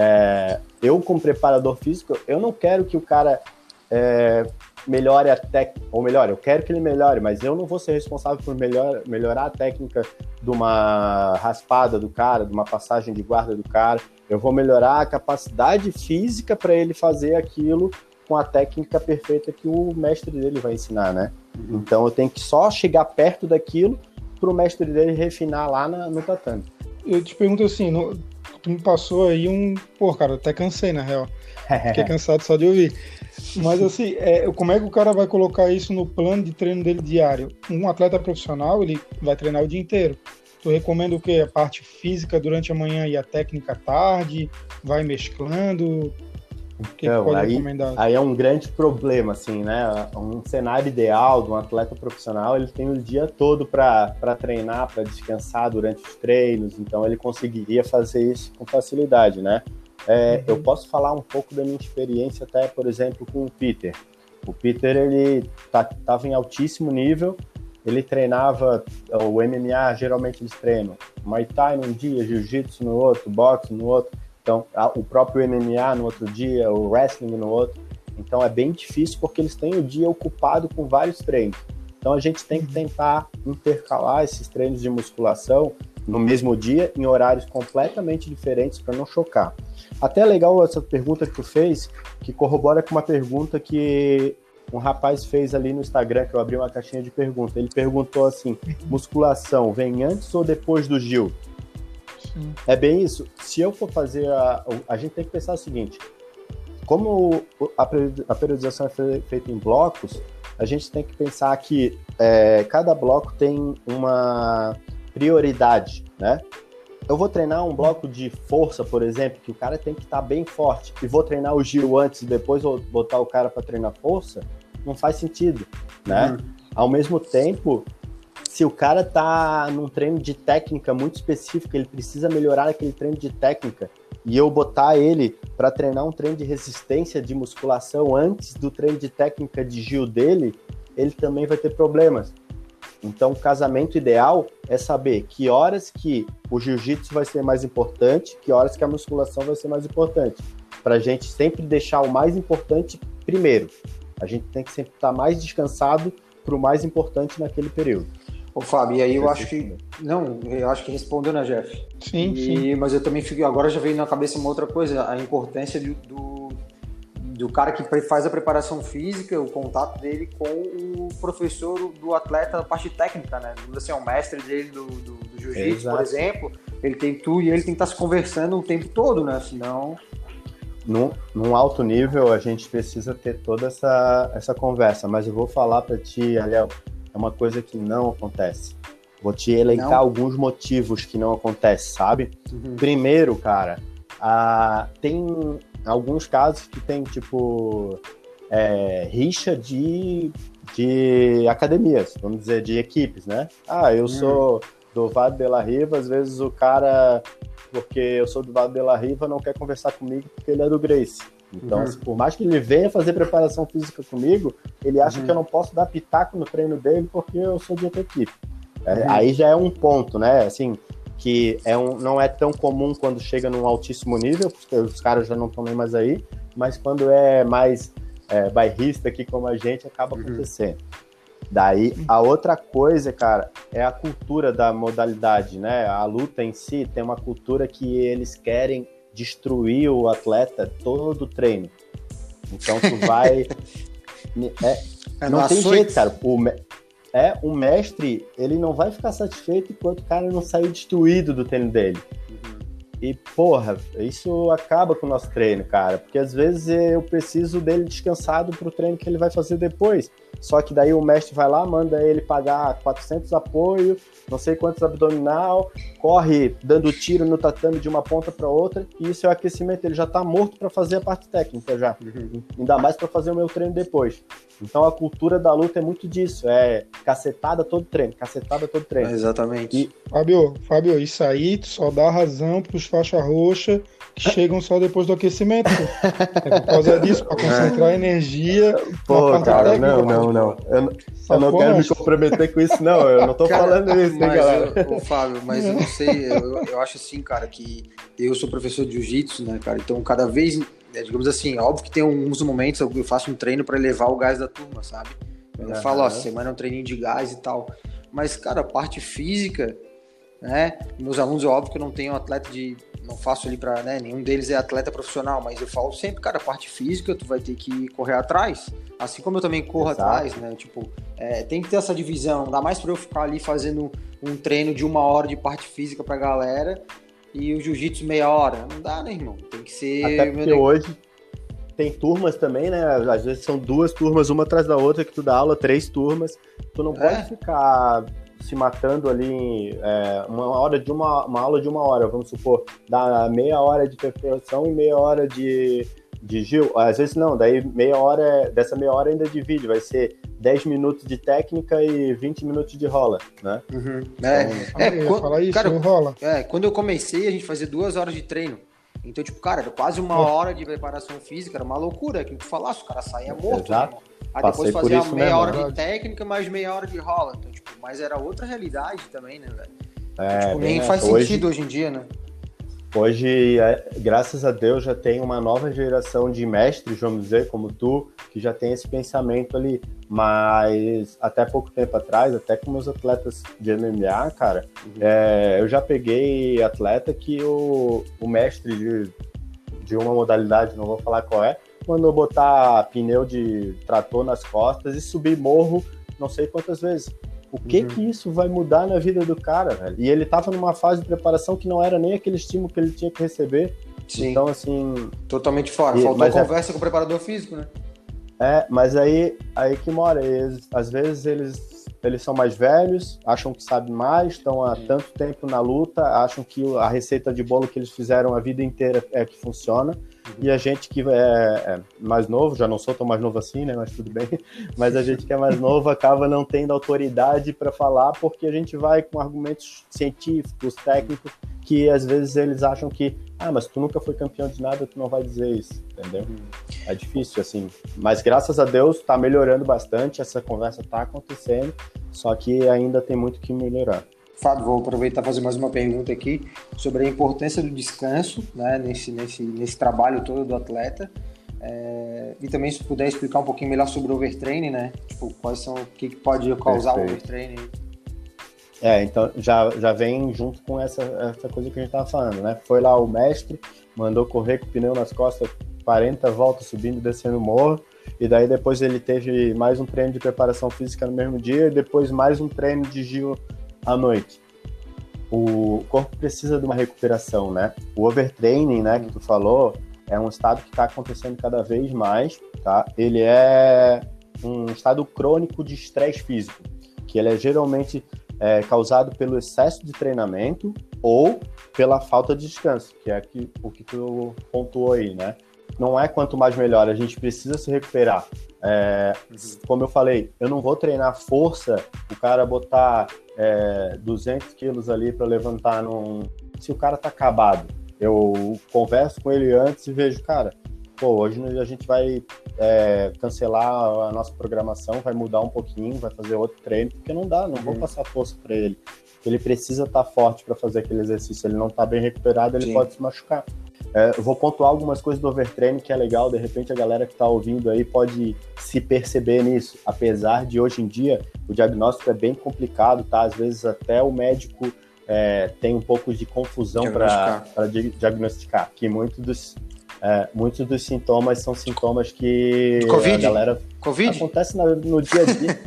Eu, como preparador físico, eu não quero que o cara melhore a técnica, ou melhor, eu quero que ele melhore, mas eu não vou ser responsável por melhorar a técnica de uma raspada do cara, de uma passagem de guarda do cara. Eu vou melhorar a capacidade física para ele fazer aquilo com a técnica perfeita que o mestre dele vai ensinar, né? Então eu tenho que só chegar perto daquilo para o mestre dele refinar lá no tatame. Eu te pergunto assim, tu me passou aí Pô, cara, até cansei, na real. Fiquei cansado só de ouvir. Mas assim, como é que o cara vai colocar isso no plano de treino dele diário? Um atleta profissional, ele vai treinar o dia inteiro. Tu recomenda o quê? A parte física durante a manhã e a técnica à tarde? Vai mesclando? O que pode recomendar? Aí é um grande problema, assim, né? Um cenário ideal de um atleta profissional, ele tem o dia todo para treinar, para descansar durante os treinos, então ele conseguiria fazer isso com facilidade, né? Eu posso falar um pouco da minha experiência até, por exemplo, com o Peter. O Peter, ele estava em altíssimo nível, ele treinava, o MMA geralmente eles treinam Muay Thai num dia, Jiu-Jitsu no outro, boxe no outro, então o próprio MMA no outro dia, o wrestling no outro, então é bem difícil porque eles têm o dia ocupado com vários treinos. Então a gente tem que tentar intercalar esses treinos de musculação no mesmo dia, em horários completamente diferentes para não chocar. Até legal essa pergunta que tu fez, que corrobora com uma pergunta que um rapaz fez ali no Instagram, que eu abri uma caixinha de perguntas. Ele perguntou assim, musculação vem antes ou depois do Gil? Sim. É bem isso. Se eu for fazer, a gente tem que pensar o seguinte, como a periodização é feita em blocos, a gente tem que pensar que cada bloco tem uma prioridade, né? Eu vou treinar um bloco de força, por exemplo, que o cara tem que estar bem forte, e vou treinar o giro antes e depois vou botar o cara para treinar força, não faz sentido, né? Ao mesmo tempo, se o cara tá num treino de técnica muito específico, ele precisa melhorar aquele treino de técnica, e eu botar ele para treinar um treino de resistência de musculação antes do treino de técnica de giro dele, ele também vai ter problemas. Então, o casamento ideal é saber que horas que o jiu-jitsu vai ser mais importante, que horas que a musculação vai ser mais importante. Para a gente sempre deixar o mais importante primeiro. A gente tem que sempre estar mais descansado para o mais importante naquele período. Ô, Fábio, e aí eu acho que... Não, eu acho que respondeu, né, Jeff? Sim. Mas eu também fico... Agora já veio na cabeça uma outra coisa, a importância do cara que faz a preparação física, o contato dele com o professor do atleta, a parte técnica, né? Assim, o mestre dele do jiu-jitsu, por exemplo, ele tem tu e ele tem que estar se conversando o tempo todo, né? Senão... Num alto nível, a gente precisa ter toda essa conversa, mas eu vou falar para ti, Aliel, é uma coisa que não acontece. Vou te elencar alguns motivos que não acontece, sabe? Primeiro, cara, tem alguns casos que tem, tipo, rixa de academias, vamos dizer, de equipes, né? Eu sou do Vale de la Riva, às vezes o cara, porque eu sou do Vale de la Riva, não quer conversar comigo porque ele é do Gracie. Então, por mais que ele venha fazer preparação física comigo, ele acha que eu não posso dar pitaco no treino dele porque eu sou de outra equipe. Aí já é um ponto, né? Assim, que não é tão comum quando chega num altíssimo nível, porque os caras já não estão nem mais aí, mas quando é mais bairrista aqui como a gente, acaba acontecendo. Daí, a outra coisa, cara, é a cultura da modalidade, né? A luta em si tem uma cultura que eles querem destruir o atleta todo o treino. Então, tu vai... não tem jeito, cara. O mestre, ele não vai ficar satisfeito enquanto o cara não sair destruído do treino dele. E, porra, isso acaba com o nosso treino, cara. Porque às vezes eu preciso dele descansado pro treino que ele vai fazer depois. só que daí o mestre vai lá, manda ele pagar 400 apoio, não sei quantos abdominal, corre dando tiro no tatame de uma ponta para outra, e isso é o aquecimento, ele já está morto para fazer a parte técnica já, ainda mais para fazer o meu treino depois. Então a cultura da luta é muito disso, é cacetada todo treino. Exatamente. E... Fábio, isso aí só dá razão pros faixa roxa que chegam só depois do aquecimento. É por causa disso, para concentrar energia. Pô, cara, técnica, não. Eu não quero me comprometer com isso, não. Eu não tô falando isso, hein, galera. Fábio, mas eu não sei, eu acho assim, cara, que eu sou professor de jiu-jitsu, né, cara? Então, cada vez, digamos assim, óbvio que tem uns momentos eu faço um treino para elevar o gás da turma, sabe? Eu falo, ó, semana é um treininho de gás e tal. Mas, cara, a parte física, né? Meus alunos, é óbvio que eu não tenho atleta não faço ali pra, né? Nenhum deles é atleta profissional, mas eu falo sempre, cara, a parte física tu vai ter que correr atrás. Assim como eu também corro atrás, né? Tipo, tem que ter essa divisão. Não dá mais pra eu ficar ali fazendo um treino de 1 hora de parte física pra galera e o jiu-jitsu meia hora. Não dá, né, irmão? Tem que ser... Até porque hoje tem turmas também, né? Às vezes são 2 turmas, uma atrás da outra, que tu dá aula, 3 turmas. Tu não pode ficar se matando ali uma aula de 1 hora, vamos supor, dá meia hora de preparação e meia hora de Gil. Às vezes não, daí dessa meia hora ainda divide, vai ser 10 minutos de técnica e 20 minutos de rola, né? Quando eu comecei, a gente fazia 2 horas de treino. Então, tipo, cara, era quase 1 hora de preparação física, era uma loucura. Que tu falasse, o cara saía morto. Exato. Né, aí depois fazia meia hora de técnica, mais meia hora de rola. Então, tipo, mas era outra realidade também, né, velho? Então, nem faz sentido hoje em dia, né? Hoje, graças a Deus, já tem uma nova geração de mestres, vamos dizer, como tu, que já tem esse pensamento ali. Mas até pouco tempo atrás, até com meus atletas de MMA, cara, eu já peguei atleta que o mestre de uma modalidade, não vou falar qual é, mandou botar pneu de trator nas costas e subir morro não sei quantas vezes. O que isso vai mudar na vida do cara, velho? E ele tava numa fase de preparação que não era nem aquele estímulo que ele tinha que receber. Sim. Então, assim... Totalmente fora. Faltou conversa com o preparador físico, né? Mas aí que mora. Às vezes eles são mais velhos, acham que sabem mais, estão há tanto tempo na luta, acham que a receita de bolo que eles fizeram a vida inteira é que funciona. E a gente que é mais novo, já não sou tão mais novo assim, né? Mas tudo bem. Mas a gente que é mais novo acaba não tendo autoridade para falar, porque a gente vai com argumentos científicos, técnicos, que às vezes eles acham que, mas tu nunca foi campeão de nada, tu não vai dizer isso, entendeu? É difícil, assim. Mas graças a Deus tá melhorando bastante, essa conversa tá acontecendo, só que ainda tem muito que melhorar. Fábio, vou aproveitar e fazer mais uma pergunta aqui sobre a importância do descanso, né, nesse trabalho todo do atleta. E também se puder explicar um pouquinho melhor sobre o overtraining, né? Tipo, o que pode causar o overtraining? Então já vem junto com essa coisa que a gente tava falando, né? Foi lá o mestre, mandou correr com o pneu nas costas 40 voltas subindo e descendo o morro, e daí depois ele teve mais um treino de preparação física no mesmo dia, e depois mais um treino de giro à noite. O corpo precisa de uma recuperação, né? O overtraining, né, que tu falou, é um estado que está acontecendo cada vez mais, tá? Ele é um estado crônico de estresse físico, que ele é geralmente causado pelo excesso de treinamento ou pela falta de descanso, que é o que tu pontuou aí, né? Não é quanto mais melhor, a gente precisa se recuperar. Como eu falei, eu não vou treinar força, o cara botar 200 quilos ali para levantar se o cara tá acabado. Eu converso com ele antes e vejo, cara, hoje a gente vai cancelar a nossa programação, vai mudar um pouquinho, vai fazer outro treino, porque não vou passar força para ele. Ele precisa estar forte para fazer aquele exercício, ele não tá bem recuperado, ele pode se machucar. Eu vou pontuar algumas coisas do overtraining que é legal, de repente a galera que está ouvindo aí pode se perceber nisso, apesar de hoje em dia o diagnóstico é bem complicado, tá? Às vezes até o médico tem um pouco de confusão para diagnosticar, que muitos dos sintomas são sintomas que a galera... acontece no dia a dia.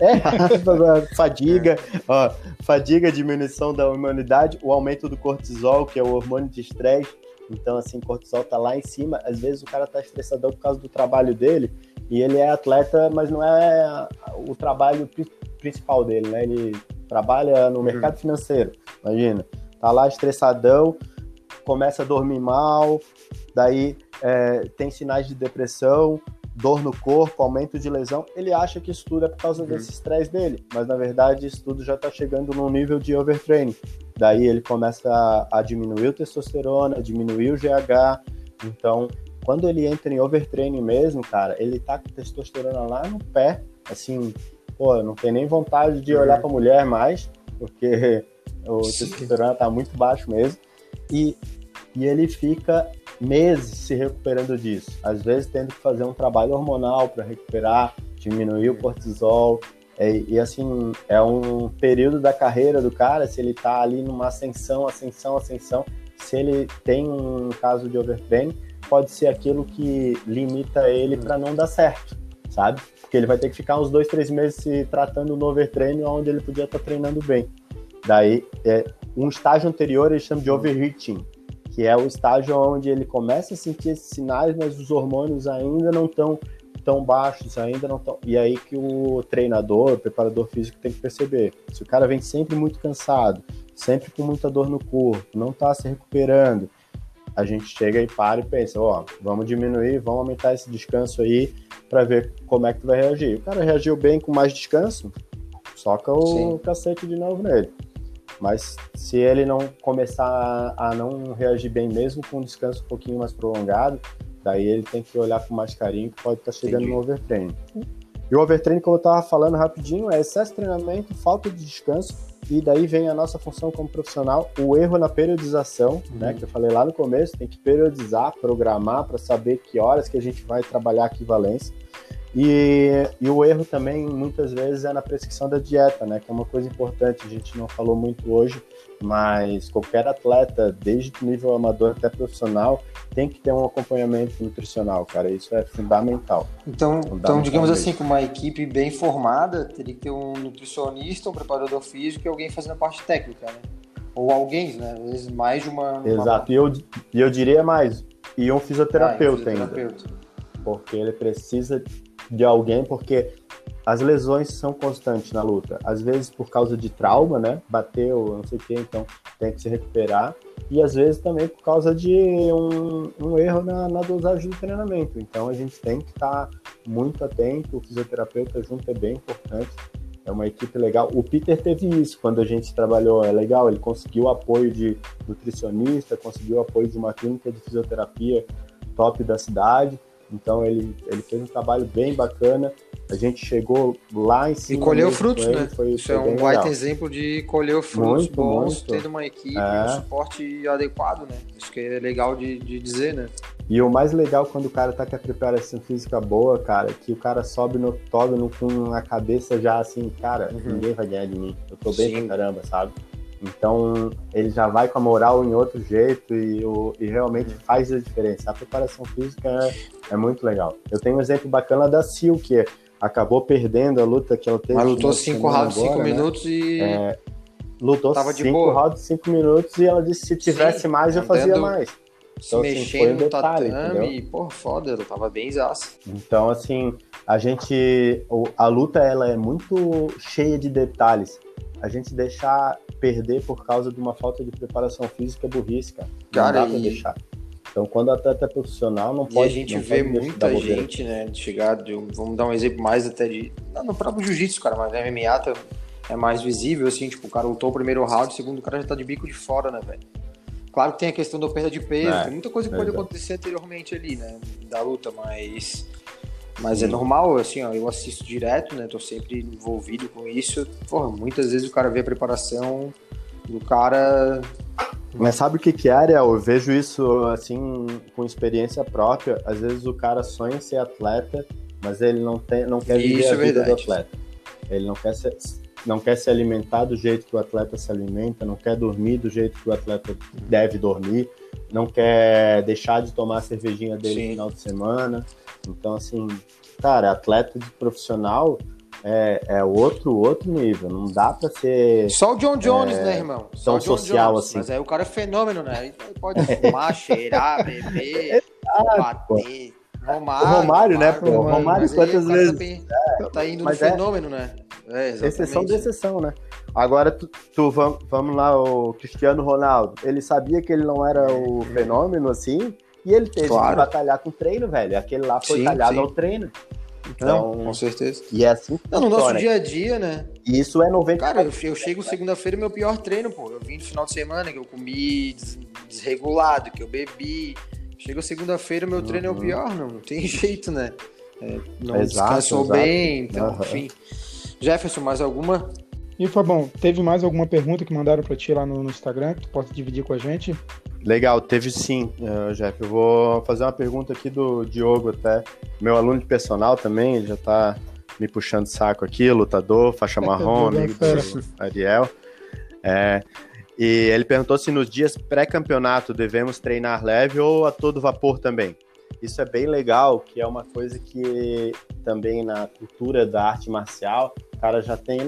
Fadiga, diminuição da imunidade, o aumento do cortisol, que é o hormônio de estresse. Então, assim, o cortisol tá lá em cima, às vezes o cara tá estressadão por causa do trabalho dele, e ele é atleta, mas não é o trabalho principal dele, né? Ele trabalha no mercado financeiro, imagina. Tá lá estressadão, começa a dormir mal, daí tem sinais de depressão, dor no corpo, aumento de lesão. Ele acha que isso tudo é por causa desse estresse dele, mas na verdade isso tudo já está chegando num nível de overtraining. Daí ele começa a diminuir o testosterona, diminuir o GH. Então, quando ele entra em overtraining mesmo, cara, ele tá com testosterona lá no pé, assim, pô, não tem nem vontade de olhar pra mulher mais, porque o testosterona tá muito baixo mesmo. E ele fica meses se recuperando disso. Às vezes tendo que fazer um trabalho hormonal para recuperar, diminuir o cortisol. E assim, é um período da carreira do cara, se ele tá ali numa ascensão, se ele tem um caso de overtraining, pode ser aquilo que limita ele para não dar certo, sabe? Porque ele vai ter que ficar uns 2-3 meses se tratando no overtraining, onde ele podia estar treinando bem. Daí, um estágio anterior ele chama de overheating, que é o estágio onde ele começa a sentir esses sinais, mas os hormônios ainda não estão tão baixos, ainda não estão... E aí que o treinador, o preparador físico tem que perceber. Se o cara vem sempre muito cansado, sempre com muita dor no corpo, não está se recuperando, a gente chega e para e pensa, vamos diminuir, vamos aumentar esse descanso aí para ver como é que tu vai reagir. O cara reagiu bem com mais descanso, soca o cacete de novo nele. Mas se ele não começar a não reagir bem mesmo com um descanso um pouquinho mais prolongado, daí ele tem que olhar com mais carinho, que pode estar chegando no overtraining. E o overtraining, como eu estava falando rapidinho, é excesso de treinamento, falta de descanso, e daí vem a nossa função como profissional, o erro na periodização, né, que eu falei lá no começo, tem que periodizar, programar para saber que horas que a gente vai trabalhar a equivalência. E o erro também, muitas vezes, é na prescrição da dieta, né? Que é uma coisa importante, a gente não falou muito hoje, mas qualquer atleta, desde o nível amador até profissional, tem que ter um acompanhamento nutricional, cara. Isso é fundamental. Então digamos assim, com uma equipe bem formada, teria que ter um nutricionista, um preparador físico e alguém fazendo a parte técnica, né? Ou alguém, né? Às vezes mais de uma... Exato, e eu diria mais, e um fisioterapeuta ainda. Porque ele precisa de alguém, porque as lesões são constantes na luta. Às vezes por causa de trauma, né? Bateu, não sei o que, então tem que se recuperar. E às vezes também por causa de um erro na dosagem do treinamento. Então a gente tem que estar muito atento, o fisioterapeuta junto é bem importante. É uma equipe legal. O Peter teve isso quando a gente trabalhou, é legal, ele conseguiu apoio de nutricionista, conseguiu apoio de uma clínica de fisioterapia top da cidade. Então ele fez um trabalho bem bacana. A gente chegou lá em cima. E colheu frutos, né? Isso é um baita exemplo de colher frutos bons, tendo uma equipe, um suporte adequado, né? Isso que é legal de dizer, né? E o mais legal quando o cara tá com a preparação física boa, cara, que o cara sobe no octógono com a cabeça já assim, cara, ninguém vai ganhar de mim. Eu tô bem pra caramba, sabe? Então, ele já vai com a moral em outro jeito e realmente faz a diferença. A preparação física é muito legal. Eu tenho um exemplo bacana da Sil, que acabou perdendo a luta que ela teve. Mas lutou 5 rounds, 5 minutos e... lutou 5 rounds, 5 minutos e ela disse que se tivesse mais, eu fazia mais. Então, se mexendo no tatame, porra, foda, ela tava bem zaça. Então, assim, a luta, ela é muito cheia de detalhes. A gente deixar perder por causa de uma falta de preparação física é burrice, cara. Não dá pra deixar. Então, quando o atleta é profissional, não pode... E a gente vê muita gente, né, chegar... Vamos dar um exemplo mais até de... No próprio jiu-jitsu, cara, mas na MMA é mais visível, assim, tipo, o cara lutou o primeiro round, o segundo o cara já tá de bico de fora, né, velho? Claro que tem a questão da perda de peso, tem muita coisa que pode acontecer anteriormente ali, né, da luta, mas é normal, assim, ó, eu assisto direto, né, tô sempre envolvido com isso, porra, muitas vezes o cara vê a preparação do cara... Mas sabe o que é, Ariel? Eu vejo isso, assim, com experiência própria, às vezes o cara sonha em ser atleta, mas ele não quer viver a vida do atleta. Ele não quer se alimentar do jeito que o atleta se alimenta, não quer dormir do jeito que o atleta deve dormir, não quer deixar de tomar a cervejinha dele no final de semana. Então, assim, cara, atleta de profissional é outro nível. Não dá pra ser... Só o John Jones, né, irmão? Só tão o John social Jones, assim. Mas aí o cara é fenômeno, né? Ele pode fumar, cheirar, beber, bater. Romário, o Romário, né, pô? O Romário, quantas vezes? Tá indo no fenômeno, né? Exceção de exceção, né? Agora, vamos lá, o Cristiano Ronaldo. Ele sabia que ele não era o fenômeno, assim, e ele teve que batalhar com o treino, velho. Aquele lá foi talhado ao treino. Então, com certeza. E é assim que no nosso dia a dia, né? E isso é 90%. Cara, eu chego segunda-feira, meu pior treino, pô. Eu vim no final de semana, que eu comi desregulado, que eu bebi. Chega segunda-feira, meu treino é o pior, não tem jeito, né? Não descansou bem, então, enfim. Jefferson, mais alguma? E, Fabão, teve mais alguma pergunta que mandaram pra ti lá no Instagram, que tu possa dividir com a gente? Legal, teve sim, Jeff. Eu vou fazer uma pergunta aqui do Diogo até, meu aluno de personal também, ele já tá me puxando saco aqui, lutador, faixa marrom, amigo do Ariel. E ele perguntou se nos dias pré-campeonato devemos treinar leve ou a todo vapor também. Isso é bem legal, que é uma coisa que também na cultura da arte marcial, o cara já tem,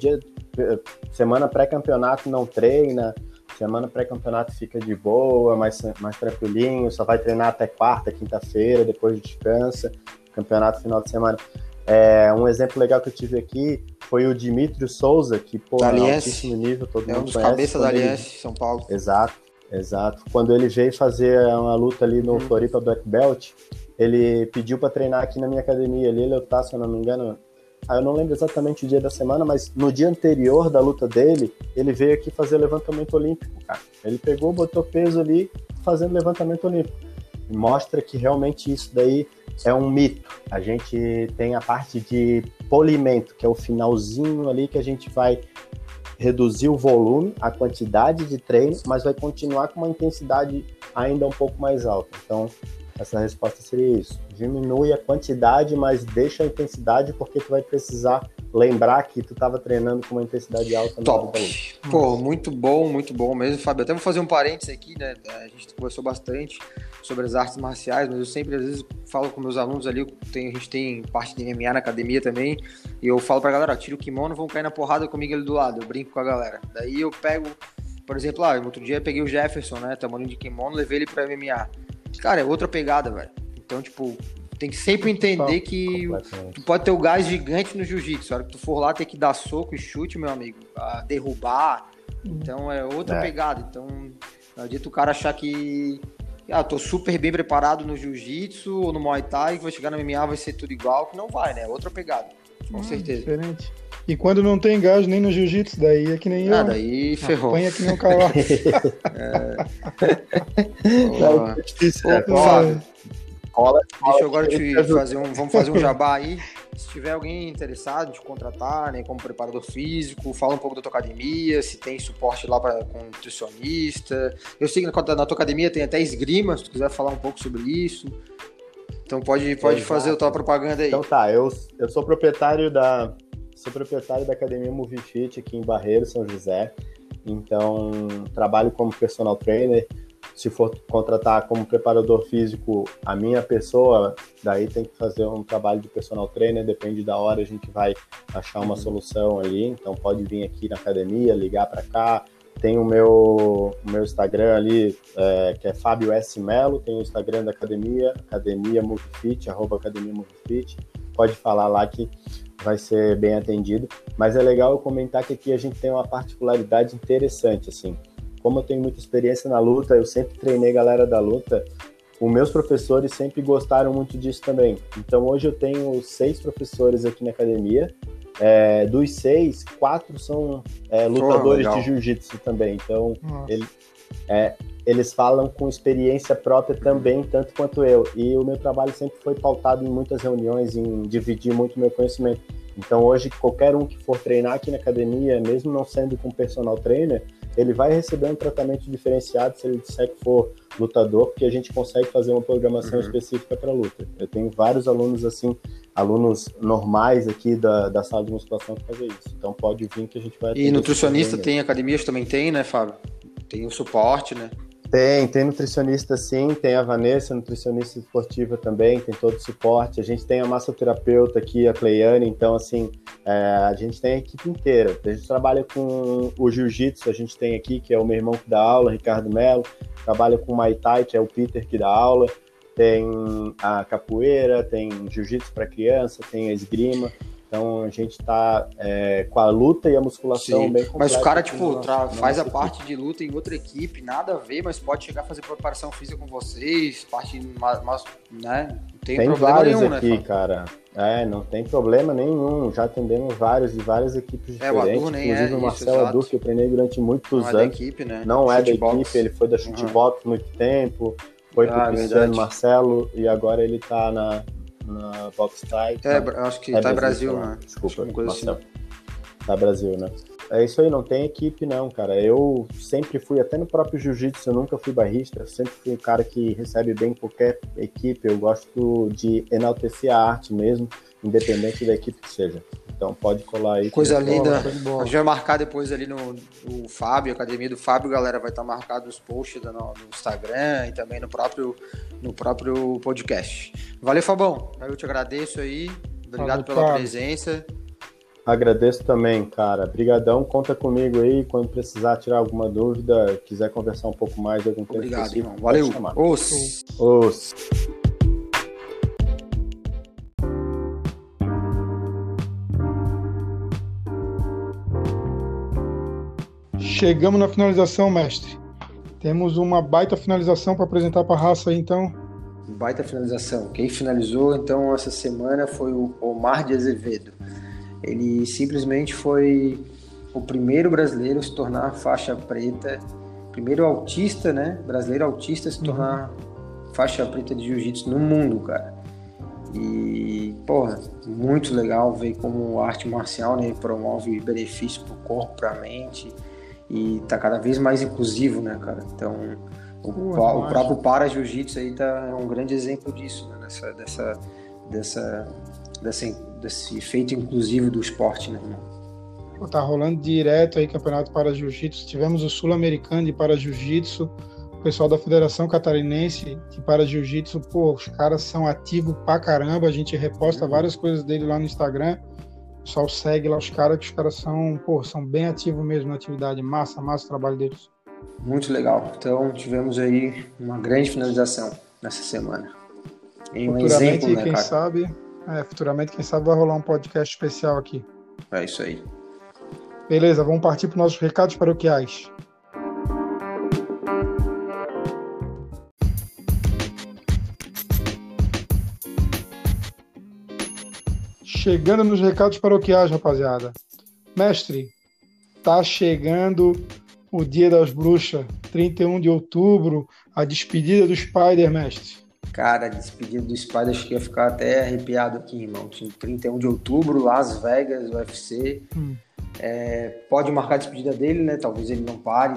semana pré-campeonato não treina, semana pré-campeonato fica de boa, mais tranquilinho, só vai treinar até quarta, quinta-feira, depois descansa, campeonato final de semana. Um exemplo legal que eu tive aqui foi o Dimitri Souza, que, é altíssimo nível, todo mundo conhece. É um dos cabeças da Aliança, São Paulo. Exato. Quando ele veio fazer uma luta ali no Floripa Black Belt, ele pediu para treinar aqui na minha academia, ali ele tá, se eu não me engano, eu não lembro exatamente o dia da semana, mas no dia anterior da luta dele, ele veio aqui fazer levantamento olímpico, cara. Ele pegou, botou peso ali, fazendo levantamento olímpico. E mostra que realmente isso daí é um mito. A gente tem a parte de polimento, que é o finalzinho ali que a gente vai reduzir o volume, a quantidade de treino, mas vai continuar com uma intensidade ainda um pouco mais alta. Então, essa resposta seria isso. Diminui a quantidade, mas deixa a intensidade, porque tu vai precisar lembrar que tu estava treinando com uma intensidade alta. Top! Pô, muito bom mesmo, Fábio. Até vou fazer um parênteses aqui, né? A gente conversou bastante sobre as artes marciais, mas eu sempre, às vezes, falo com meus alunos ali, a gente tem parte de MMA na academia também, e eu falo pra galera, tira o kimono, vão cair na porrada comigo ali do lado, eu brinco com a galera. Daí eu pego, por exemplo, outro dia eu peguei o Jefferson, né, tamanho de kimono, levei ele pra MMA. Cara, é outra pegada, velho. Então, tipo, tem que sempre entender que tu pode ter o gás gigante no jiu-jitsu. A hora que tu for lá, ter que dar soco e chute, meu amigo, derrubar. Então, é outra pegada. Então, não adianta o cara achar que tô super bem preparado no jiu-jitsu ou no Muay Thai, que vai chegar no MMA, vai ser tudo igual, que não vai, né? Outra pegada, com certeza. Diferente. E quando não tem gás nem no jiu-jitsu, daí é que nem eu. Daí ferrou. Apanha que nem um cavalo. Fábio, deixa eu agora vamos fazer um jabá aí. Se tiver alguém interessado em te contratar, né, como preparador físico, fala um pouco da tua academia, se tem suporte lá com nutricionista. Eu sei que na tua academia tem até esgrima, se tu quiser falar um pouco sobre isso. Então pode fazer a tua propaganda aí. Então tá, eu sou proprietário da Academia Movifit aqui em Barreiro, São José. Então, trabalho como personal trainer. Se for contratar como preparador físico a minha pessoa, daí tem que fazer um trabalho de personal trainer, depende da hora, a gente vai achar uma solução ali. Então, pode vir aqui na academia, ligar para cá. Tem o meu Instagram ali, que é Fábio S. Melo, tem o Instagram da academia, Academia Movifit, @Academia Movifit. Pode falar lá que vai ser bem atendido. Mas é legal eu comentar que aqui a gente tem uma particularidade interessante, assim. Como eu tenho muita experiência na luta, eu sempre treinei galera da luta, os meus professores sempre gostaram muito disso também. Então hoje eu tenho 6 professores aqui na academia, dos 6, 4 são lutadores de jiu-jitsu também. Então eles falam com experiência própria também, tanto quanto eu. E o meu trabalho sempre foi pautado em muitas reuniões, em dividir muito meu conhecimento. Então hoje qualquer um que for treinar aqui na academia, mesmo não sendo com personal trainer, ele vai receber um tratamento diferenciado se ele disser que for lutador, porque a gente consegue fazer uma programação específica para luta. Eu tenho vários alunos assim, alunos normais aqui da sala de musculação que fazem isso. Então pode vir que a gente vai... E nutricionista tem, academias também tem, né, Fábio? Tem o suporte, né? Tem nutricionista sim, tem a Vanessa, nutricionista esportiva também, tem todo o suporte. A gente tem a massoterapeuta aqui, a Cleiane, então assim, a gente tem a equipe inteira. A gente trabalha com o jiu-jitsu, a gente tem aqui, que é o meu irmão que dá aula, Ricardo Melo, trabalha com o Muay Thai, que é o Peter que dá aula. tem a capoeira, tem jiu-jitsu para criança, tem a esgrima. Então a gente tá com a luta e a musculação bem completa. Mas o cara, tipo, faz a parte de luta em outra equipe, nada a ver, mas pode chegar a fazer preparação física com vocês, parte, né? Não tem problema vários nenhum, aqui, né, cara. Não tem problema nenhum. Já atendemos vários de várias equipes diferentes. O Adur nem inclusive o Marcelo Adur, que eu treinei durante muitos anos. Não é da equipe, né? Não é da equipe, ele foi da Chutebox muito tempo, foi pro Cristiano Marcelo e agora ele tá na Box Thai. Acho que tá em Brasil, né? Desculpa, uma coisa Marcelo. assim. Tá Brasil, né? É isso aí, não tem equipe não, cara. Eu sempre fui, até no próprio jiu-jitsu, eu nunca fui barrista, eu sempre fui um cara que recebe bem qualquer equipe, eu gosto de enaltecer a arte mesmo, independente da equipe que seja. Então pode colar aí. Coisa linda. A gente vai marcar depois ali no Fábio, a academia do Fábio, galera, vai estar marcado nos posts no Instagram e também no próprio podcast. Valeu, Fabão. Eu te agradeço aí. Obrigado pela presença. Agradeço também, cara. Brigadão, conta comigo aí quando precisar tirar alguma dúvida, quiser conversar um pouco mais de algum tempo. Obrigado, irmão. Valeu. Os. Chegamos na finalização, mestre. Temos uma baita finalização para apresentar para a raça aí, então. Baita finalização. Quem finalizou, então, essa semana foi o Omar de Azevedo. Ele simplesmente foi o primeiro brasileiro a se tornar faixa preta, primeiro autista, né? Brasileiro autista a se tornar faixa preta de jiu-jitsu no mundo, cara. E, porra, muito legal ver como a arte marcial, né, promove benefício pro corpo, pra mente, e tá cada vez mais inclusivo, né, cara? Então, o próprio para jiu-jitsu aí é um grande exemplo disso, né? Desse efeito inclusivo do esporte, né, irmão? Tá rolando direto aí campeonato para jiu-jitsu. Tivemos o sul-americano de para jiu-jitsu, o pessoal da Federação Catarinense de para jiu-jitsu. Pô, os caras são ativos pra caramba. A gente reposta várias coisas dele lá no Instagram. O pessoal segue lá os caras, que os caras são bem ativos mesmo na atividade. Massa o trabalho deles. Muito legal. Então tivemos aí uma grande finalização nessa semana. E um futuramente, exemplo, né, quem cara? sabe, futuramente, quem sabe vai rolar um podcast especial aqui. É isso aí. Beleza, vamos partir para os nossos recados paroquiais. Chegando nos recados paroquiais, rapaziada. Mestre, tá chegando o Dia das Bruxas, 31 de outubro, a despedida do Spider, mestre. Cara, a despedida do Spider, acho que ia ficar até arrepiado aqui, irmão. 31 de outubro, Las Vegas, UFC. Pode marcar a despedida dele, né? Talvez ele não pare.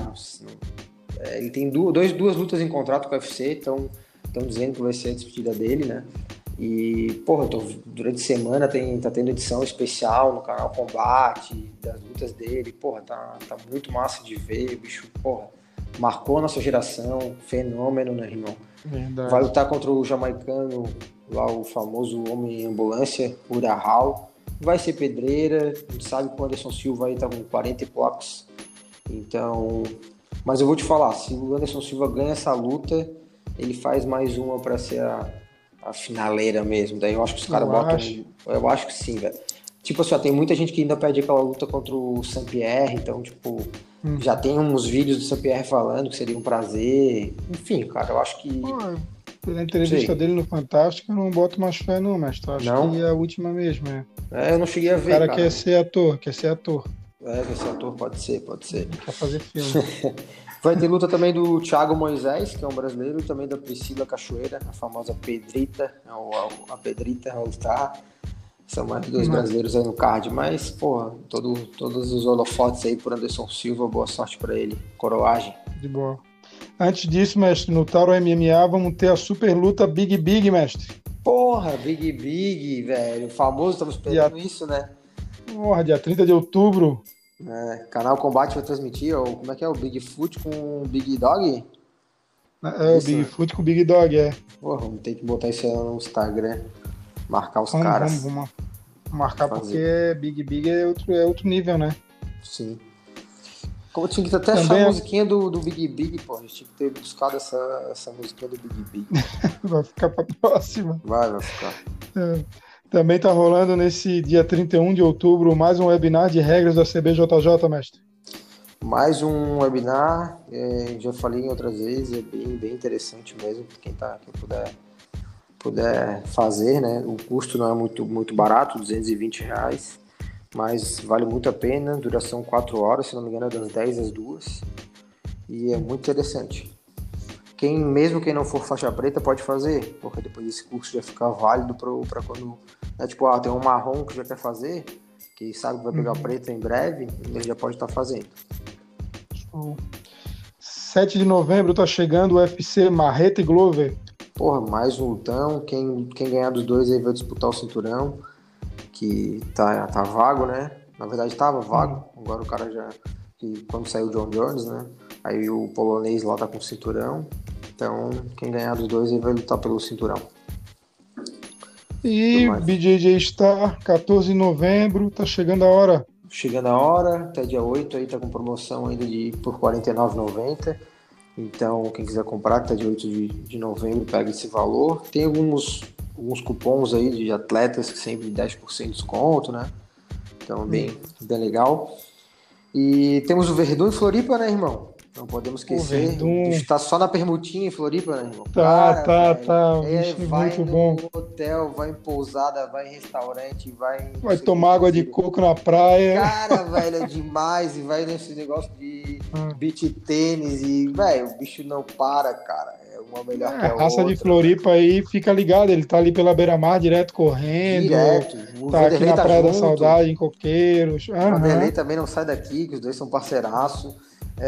Ele tem duas lutas em contrato com o UFC, então estão dizendo que vai ser a despedida dele, né? E, porra, durante a semana tá tendo edição especial no canal Combate, das lutas dele. Porra, tá muito massa de ver. O bicho, porra, marcou a nossa geração. Fenômeno, né, irmão? Verdade. Vai lutar contra o jamaicano, lá o famoso homem ambulância, Urahal. Vai ser pedreira. A gente sabe que o Anderson Silva aí tá com 40 e poucos. Então... Mas eu vou te falar, se o Anderson Silva ganha essa luta, ele faz mais uma pra ser a finaleira mesmo. Daí eu acho que os caras botam... Eu acho que sim, velho. Tipo assim, ó, tem muita gente que ainda pede aquela luta contra o Saint-Pierre, então, tipo... Já tem uns vídeos do Saint-Pierre falando que seria um prazer. Enfim, cara, eu acho que... Pela entrevista dele no Fantástico, eu não boto mais fé não, mas acho que é a última mesmo, eu não cheguei a ver, cara. O cara quer ser ator. Quer ser ator, pode ser. Ele quer fazer filme. Vai ter luta também do Thiago Moisés, que é um brasileiro, e também da Priscila Cachoeira, a famosa Pedrita, a Pedrita All-Star. São mais dois brasileiros aí no card, mas, porra, todos os holofotes aí por Anderson Silva, boa sorte pra ele. Coroagem. De boa. Antes disso, mestre, no Tauro MMA vamos ter a super luta Big Big, mestre. Porra, Big, velho. O famoso, estamos esperando isso, né? Porra, dia 30 de outubro. Canal Combate vai transmitir, como é que é? O Bigfoot com o Big Dog? O Bigfoot com o Big Dog, Porra, vamos ter que botar isso aí no Instagram. Marcar os caras. Vamos marcar, porque Big é outro nível, né? Sim. Como tinha que ter até achar a musiquinha do Big Big, pô. A gente tinha que ter buscado essa musiquinha do Big Big. Vai ficar pra próxima. Vai ficar. Também tá rolando nesse dia 31 de outubro mais um webinar de regras da CBJJ, mestre. Mais um webinar, já falei em outras vezes, é bem interessante mesmo, quem puder fazer, né? O custo não é muito barato, R$220, mas vale muito a pena, duração 4 horas, se não me engano é das 10 às 2, e é muito interessante. Mesmo quem não for faixa preta pode fazer, porque depois esse curso já fica válido para quando, né, tipo, tem um marrom que já quer fazer, que sabe que vai pegar preta em breve, ele já pode estar fazendo. 7 de novembro tá chegando o UFC Marreta e Glover. Porra, mais um lutão. Quem ganhar dos dois aí vai disputar o cinturão, que tá vago, né? Na verdade tava vago, agora o cara já... quando saiu o John Jones, né? Aí o polonês lá tá com o cinturão. Então, quem ganhar dos dois aí vai lutar pelo cinturão. E BJJ Star, 14 de novembro, tá chegando a hora. Chegando a hora, até dia 8 aí tá com promoção ainda por R$ 49,90. Então, quem quiser comprar, até dia 8 de novembro, pega esse valor. Tem alguns cupons aí de atletas que sempre 10% de desconto, né? Então, bem legal. E temos o Verdun em Floripa, né, irmão? Não podemos esquecer. O bicho tá só na permutinha em Floripa, né, irmão? Tá. O bicho é vai muito no bom. hotel, vai em pousada, vai em restaurante, vai tomar água de coco na praia. Cara, velho, é demais. E vai nesse negócio de beach tênis. E, velho, o bicho não para, cara. É uma melhor que a raça outra. De Floripa aí, fica ligado. Ele tá ali pela beira-mar, direto correndo. Direto. O tá aqui na Praia junto. da Saudade, em Coqueiros. O Vanderlei também não sai daqui, que os dois são parceiraço.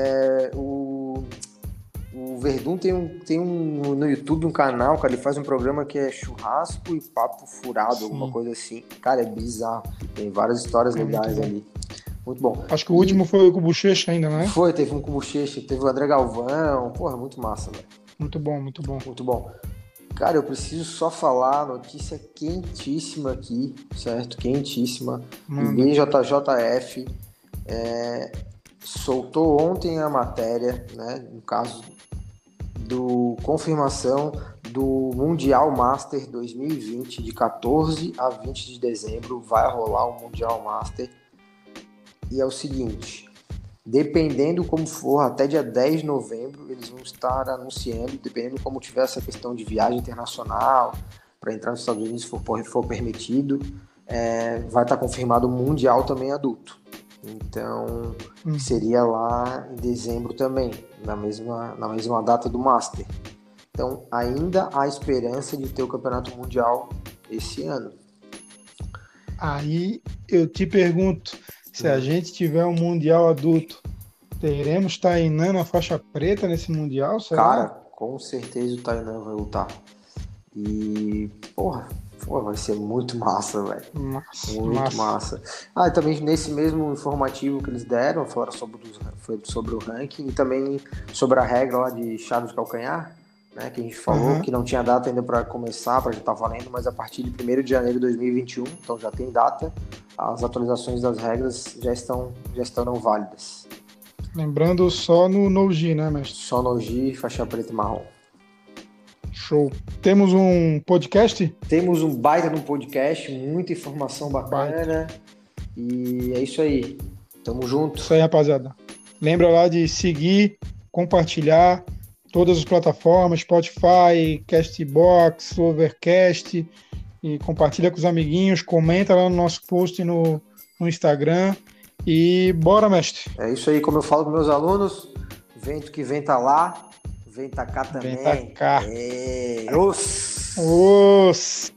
O Verdun tem no YouTube um canal, cara, ele faz um programa que é churrasco e papo furado, alguma coisa assim. Cara, é bizarro. Tem várias histórias legais ali. Muito bom. Acho que o último foi com o Bochecha ainda, né? Foi, teve um com o Bochecha, teve o André Galvão. Porra, muito massa, velho. Muito bom. Muito bom. Cara, eu preciso só falar, notícia quentíssima aqui, certo? Quentíssima. O BJJF soltou ontem a matéria, né, no caso confirmação do Mundial Master 2020, de 14 a 20 de dezembro, vai rolar o Mundial Master, e é o seguinte, dependendo como for, até dia 10 de novembro, eles vão estar anunciando, dependendo como tiver essa questão de viagem internacional, para entrar nos Estados Unidos, se for permitido, vai estar confirmado o Mundial também adulto. Então, seria lá em dezembro também, na mesma data do Master. Então, ainda há esperança de ter o Campeonato Mundial esse ano. Aí, eu te pergunto, se a gente tiver um Mundial adulto, teremos Tainan na faixa preta nesse Mundial, será? Cara, com certeza o Tainan vai lutar. E, porra, vai ser muito massa, velho. Muito massa. E também nesse mesmo informativo que eles deram, falaram sobre o ranking e também sobre a regra lá de chave de calcanhar, né, que a gente falou que não tinha data ainda para começar, para já estar valendo, mas a partir de 1º de janeiro de 2021, então já tem data, as atualizações das regras já estão válidas. Lembrando só no No-Gi, né, mestre? Só No-Gi, faixa preta e marrom. Show. Temos um podcast? Temos um baita de um podcast, muita informação bacana. E é isso aí. Tamo junto. Isso aí, rapaziada. Lembra lá de seguir, compartilhar todas as plataformas, Spotify, Castbox, Overcast, e compartilha com os amiguinhos, comenta lá no nosso post no Instagram. E bora, mestre. É isso aí, como eu falo com meus alunos, vento que venta lá, vem tacar também. Vem tacar. Os.